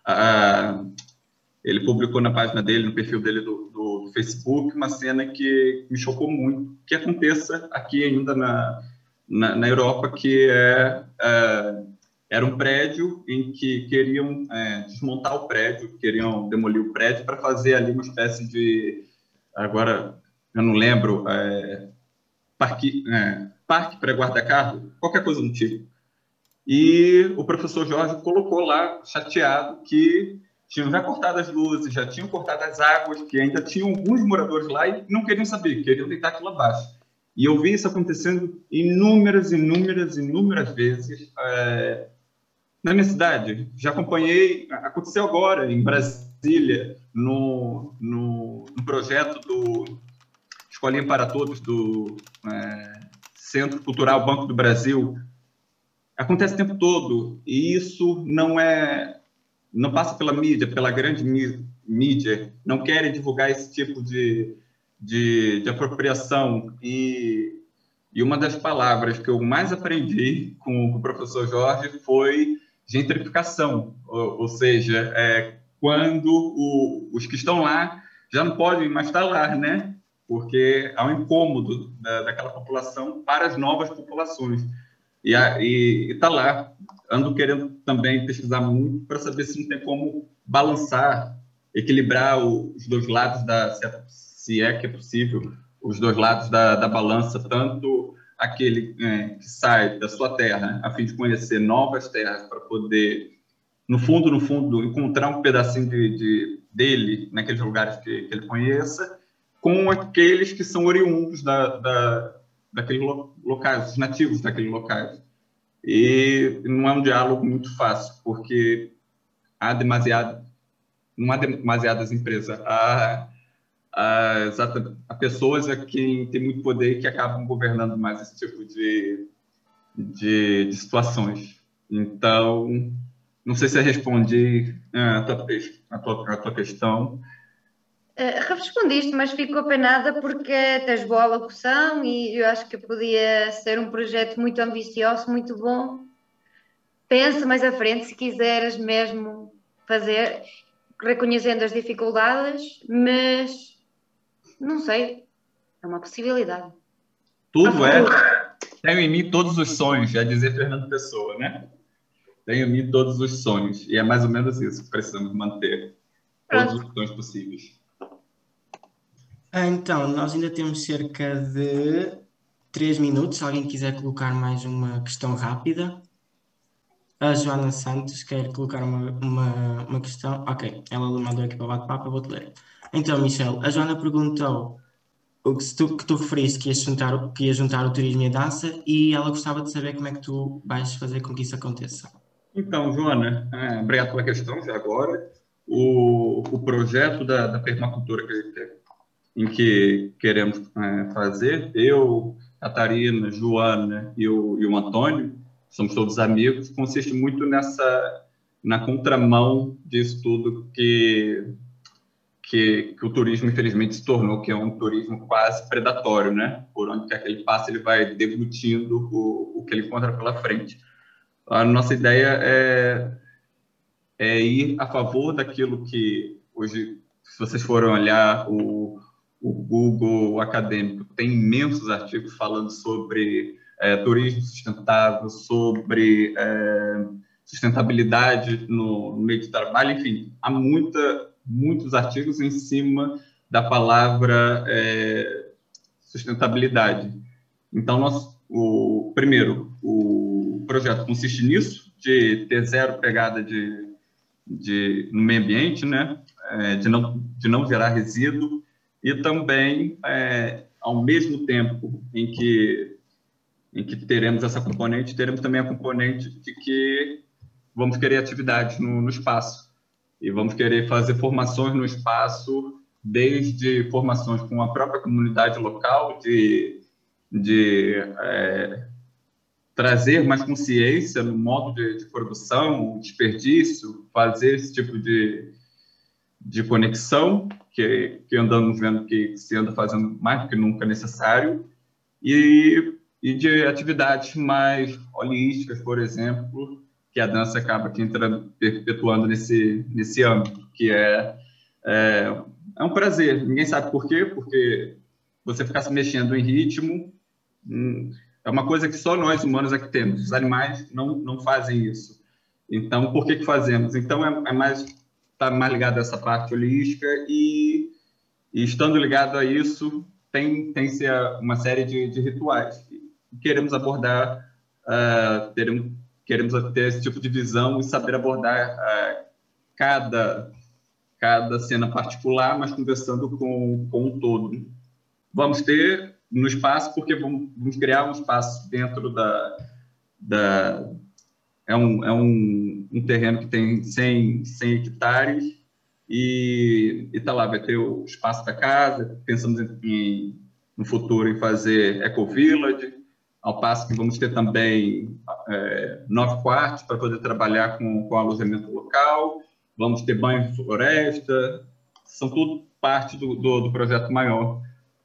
Ele publicou na página dele, no perfil dele do Facebook, uma cena que me chocou muito, que aconteça aqui ainda na Europa, que era um prédio em que queriam desmontar o prédio, queriam demolir o prédio para fazer ali uma espécie de, agora eu não lembro, parque para guarda-carro, qualquer coisa do tipo. E o professor Jorge colocou lá, chateado, que tinham já cortado as luzes, já tinham cortado as águas, que ainda tinham alguns moradores lá e não queriam saber, queriam deitar aquilo abaixo. E eu vi isso acontecendo inúmeras vezes na minha cidade. Já acompanhei, aconteceu agora em Brasília, no projeto do Escolinha para Todos, do Centro Cultural Banco do Brasil. Acontece o tempo todo, e isso não passa pela mídia, pela grande mídia, não querem divulgar esse tipo de apropriação. E uma das palavras que eu mais aprendi com o professor Jorge foi gentrificação, ou seja, quando os que estão lá já não podem mais estar lá, né? Porque há um incômodo daquela população para as novas populações. E está lá. Ando querendo também pesquisar muito para saber se não tem como balançar, equilibrar os dois lados, se é que é possível, os dois lados da balança, tanto aquele que sai da sua terra a fim de conhecer novas terras para poder, no fundo, encontrar um pedacinho dele naqueles lugares que ele conheça, com aqueles que são oriundos daqueles locais, os nativos daqueles locais. E não é um diálogo muito fácil, porque não há demasiadas empresas. Há pessoas que têm muito poder e que acabam governando mais esse tipo de situações. Então, não sei se eu respondi a tua questão. Respondiste, mas fico apenada porque tens boa locução e eu acho que podia ser um projeto muito ambicioso, muito bom. Pensa mais à frente se quiseres mesmo fazer. reconhecendo as dificuldades, mas não sei, é uma possibilidade. Tudo tenho em mim todos os sonhos, já dizer Fernando Pessoa, né? Tenho em mim todos os sonhos, e é mais ou menos isso que precisamos manter, todos os sonhos possíveis. Então, nós ainda temos cerca de 3 minutos, se alguém quiser colocar mais uma questão rápida. A Joana Santos quer colocar uma questão. Ok, ela mandou aqui para o bate-papo, eu vou-te ler. Então, Michel, a Joana perguntou que tu referiste que ias juntar o turismo e a dança, e ela gostava de saber como é que tu vais fazer com que isso aconteça. Então, Joana, obrigado pela questão, já agora. O projeto da permacultura em que queremos fazer, eu, Catarina, Joana e o Antônio, somos todos amigos, consiste muito na contramão disso tudo que o turismo, infelizmente, se tornou, que é um turismo quase predatório, né? Por onde quer que ele passe, ele vai deglutindo o que ele encontra pela frente. A nossa ideia é ir a favor daquilo que hoje, se vocês forem olhar o Google acadêmico, tem imensos artigos falando sobre turismo sustentável, sobre sustentabilidade no meio de trabalho, enfim, há muitos artigos em cima da palavra sustentabilidade. Então, primeiro, o projeto consiste nisso, de ter zero pegada no meio ambiente, né? De não gerar resíduo, e também, ao mesmo tempo em que teremos essa componente, teremos também a componente de que vamos querer atividades no espaço, e vamos querer fazer formações no espaço, desde formações com a própria comunidade local, de trazer mais consciência no modo de produção, desperdício, fazer esse tipo de conexão que andamos vendo que se anda fazendo mais do que nunca necessário, e de atividades mais holísticas, por exemplo, que a dança acaba aqui perpetuando nesse âmbito, que é um prazer. Ninguém sabe por quê, porque você ficar se mexendo em ritmo é uma coisa que só nós humanos é que temos. Os animais não fazem isso. Então, por que fazemos? Então, está mais ligado a essa parte holística, e estando ligado a isso, tem-se uma série de rituais. Queremos abordar, queremos ter esse tipo de visão e saber abordar cada cena particular, mas conversando com um todo. Vamos ter no espaço, porque vamos criar um espaço dentro é um terreno que tem 100 hectares, e tá lá, vai ter o espaço da casa. Pensamos no futuro em fazer eco-village, ao passo que vamos ter também 9 quartos para poder trabalhar com alojamento local, vamos ter banho de floresta, são tudo parte do projeto maior,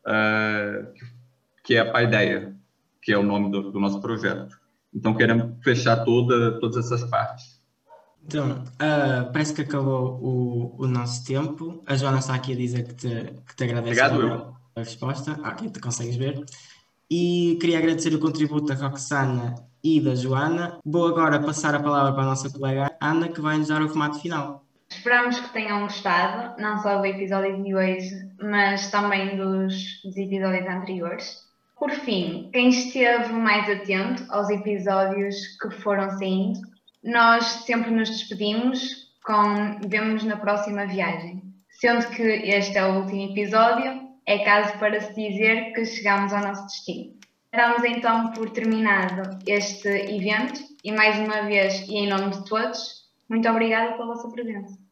que é a Paideia, que é o nome do nosso projeto. Então, queremos fechar todas essas partes. Então, parece que acabou o nosso tempo. A Joana está aqui a dizer que te agradece pela resposta. Aqui tu consegues ver. E queria agradecer o contributo da Roxana e da Joana. Vou agora passar a palavra para a nossa colega Ana, que vai nos dar o formato final. Esperamos que tenham gostado, não só do episódio de hoje, mas também dos episódios anteriores. Por fim, quem esteve mais atento aos episódios que foram saindo, nós sempre nos despedimos com vemo-nos na próxima viagem. Sendo que este é o último episódio, é caso para se dizer que chegamos ao nosso destino. Damos então por terminado este evento, e mais uma vez, e em nome de todos, muito obrigada pela vossa presença.